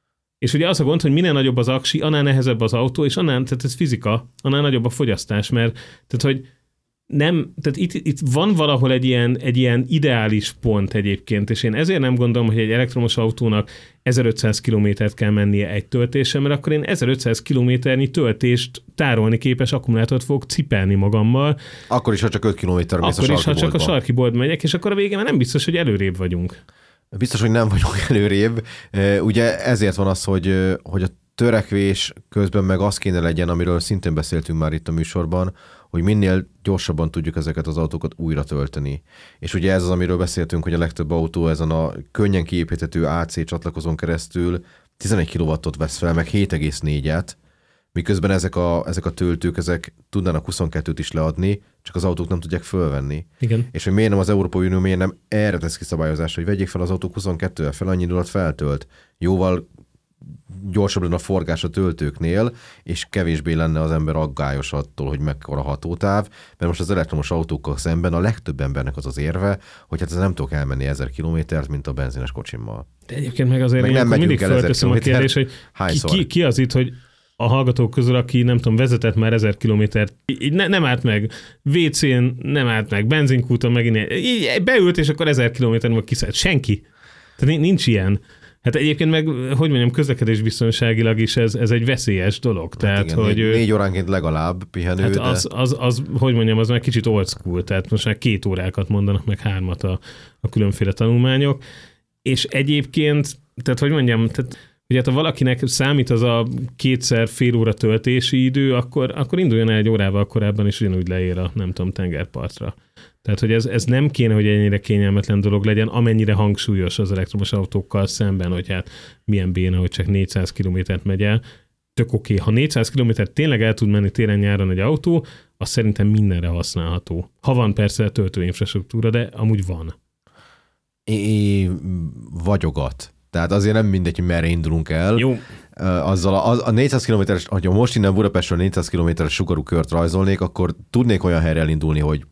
És ugye az a gond, hogy minél nagyobb az aksi, annál nehezebb az autó, és annál, tehát ez fizika, annál nagyobb a fogyasztás, mert tehát, hogy nem, tehát itt, itt van valahol egy ilyen, egy ilyen ideális pont egyébként, és én ezért nem gondolom, hogy egy elektromos autónak ezerötszáz kilométert kell mennie egy töltésre, mert akkor én ezerötszáz kilométernyi töltést tárolni képes akkumulátort fogok cipelni magammal. Akkor is, ha csak öt kilométer mész a Akkor is, ha csak a sarki sarki boltba megyek, és akkor a végén már nem biztos, hogy előrébb vagyunk. Biztos, hogy nem vagyunk előrébb. Ugye ezért van az, hogy, hogy a törekvés közben meg az kéne legyen, amiről szintén beszéltünk már itt a műsorban, hogy minél gyorsabban tudjuk ezeket az autókat újra tölteni. És ugye ez az, amiről beszéltünk, hogy a legtöbb autó ezen a könnyen kiépíthető á cé csatlakozón keresztül tizenegy kilowattot vesz fel, meg hét egész négyet, miközben ezek a, ezek a töltők, ezek tudnának huszonkettőt is leadni, csak az autók nem tudják fölvenni. Igen. És hogy miért nem az Európai Unió, miért nem erre tesz ki szabályozást, hogy vegyék fel az autók huszonkettővel fel, annyi alatt feltölt. Jóval gyorsabb lenne a forgás a töltőknél, és kevésbé lenne az ember aggályos attól, hogy mekkora hatótáv, mert most az elektromos autókkal szemben a legtöbb embernek az az érve, hogy hát ez nem tudok elmenni ezer kilométert, mint a benzines kocsimmal. De egyébként meg azért meg én nem mindig fölteszem a kilométer. kérdés, hogy ki, ki, ki az itt, hogy a hallgatók közül, aki nem tudom, vezetett már ezer kilométert, így ne, nem állt meg vé cén, nem állt meg benzinkúton, meg így, így beült, és akkor ezer kilométeren meg kiszállt. Senki. Tehát nincs ilyen. Hát egyébként meg, hogy mondjam, közlekedésbiztonságilag is ez, ez egy veszélyes dolog. Tehát, hát igen, hogy négy, négy óránként legalább pihenő, hát de... az, az, az, hogy mondjam, az már kicsit old school, tehát most már két órákat mondanak, meg hármat a, a különféle tanulmányok. És egyébként, tehát hogy mondjam, tehát ugye hát ha valakinek számít az a kétszer fél óra töltési idő, akkor, akkor induljon el egy órával korábban, és ugyanúgy leér a, nem tudom, tengerpartra. Tehát, hogy ez, ez nem kéne, hogy ennyire kényelmetlen dolog legyen, amennyire hangsúlyos az elektromos autókkal szemben, hogy hát milyen béna, hogy csak négyszáz kilométert megy el. Tök oké. Ha négyszáz kilométert tényleg el tud menni télen-nyáron egy autó, az szerintem mindenre használható. Ha van persze töltőinfrastruktúra, de amúgy van. é, vagyogat. Tehát azért nem mindegy, hogy merre indulunk el. Jó. Azzal a, a négyszáz kilométeres, ha most innen Budapestről négyszáz kilométeres sugarú kört rajzolnék, akkor tudnék olyan helyre elindulni, hogy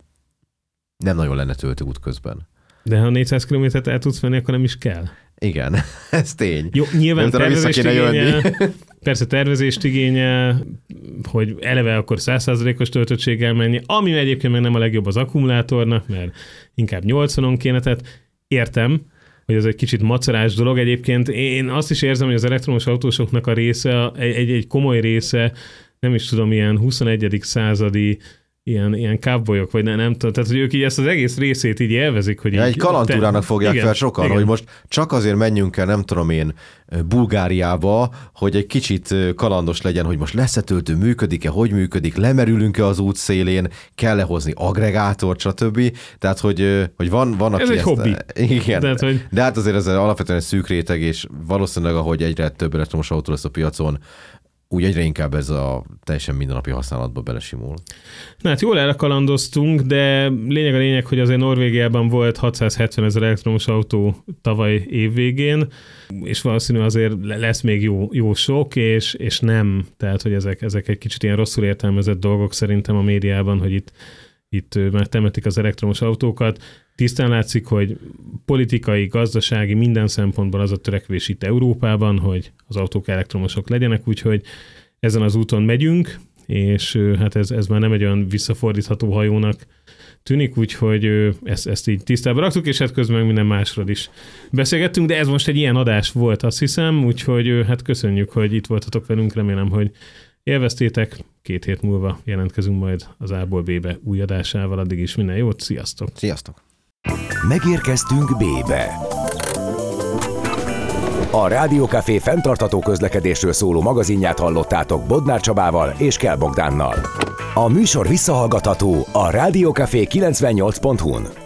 nem nagyon lenne töltőút közben. De ha négyszáz kilométert el tudsz venni, akkor nem is kell. Igen, ez tény. Jó, nyilván tervezést igényel, persze tervezést igényel, hogy eleve akkor száz százalékos töltöttséggel menni, ami egyébként meg nem a legjobb az akkumulátornak, mert inkább nyolcvanon kéne, tehát értem, hogy ez egy kicsit macerás dolog. Egyébként én azt is érzem, hogy az elektromos autósoknak a része, egy, egy komoly része, nem is tudom, ilyen huszonegyedik századi ilyen, ilyen cowboyok, vagy nem, nem tudom, tehát hogy ők így ezt az egész részét így élvezik, hogy ja, így... Egy kalandtúrának fogják igen, fel sokan, igen. Hogy most csak azért menjünk el, nem tudom én, Bulgáriába, hogy egy kicsit kalandos legyen, hogy most lesz-e töltő, működik-e, hogy működik, lemerülünk-e az út szélén, kell-e hozni agregátort, stb. Tehát, hogy, hogy van, van aki ez egy ezt, hobbi. Igen, Tehát, hogy... de hát azért ez alapvetően egy szűk réteg, és valószínűleg, ahogy egyre több elektromos autó lesz a piacon, úgy egyre inkább ez a teljesen mindennapi használatba belesimul. Na hát jól elkalandoztunk, de lényeg a lényeg, hogy azért Norvégiában volt hatszázhetven ezer elektromos autó tavaly évvégén, és valószínű azért lesz még jó, jó sok, és, és nem. Tehát, hogy ezek, ezek egy kicsit ilyen rosszul értelmezett dolgok szerintem a médiában, hogy itt, itt már temetik az elektromos autókat. Tisztán látszik, hogy politikai, gazdasági, minden szempontból az a törekvés itt Európában, hogy az autók elektromosok legyenek, úgyhogy ezen az úton megyünk, és hát ez, ez már nem egy olyan visszafordítható hajónak tűnik, úgyhogy ezt, ezt így tisztába raktuk, és hát közben minden másról is beszélgettünk, de ez most egy ilyen adás volt, azt hiszem, úgyhogy hát köszönjük, hogy itt voltatok velünk, remélem, hogy élveztétek. Két hét múlva jelentkezünk majd az A-ból B-be új adásával, addig is minden jót, sziasztok! Sziasztok! Megérkeztünk B-be. A Rádiókafé fenntartható közlekedésről szóló magazinját hallottátok Bodnár Csabával és Kell Bogdánnal. A műsor visszahallgatható a rádiókafé kilencvennyolc pont hu-n.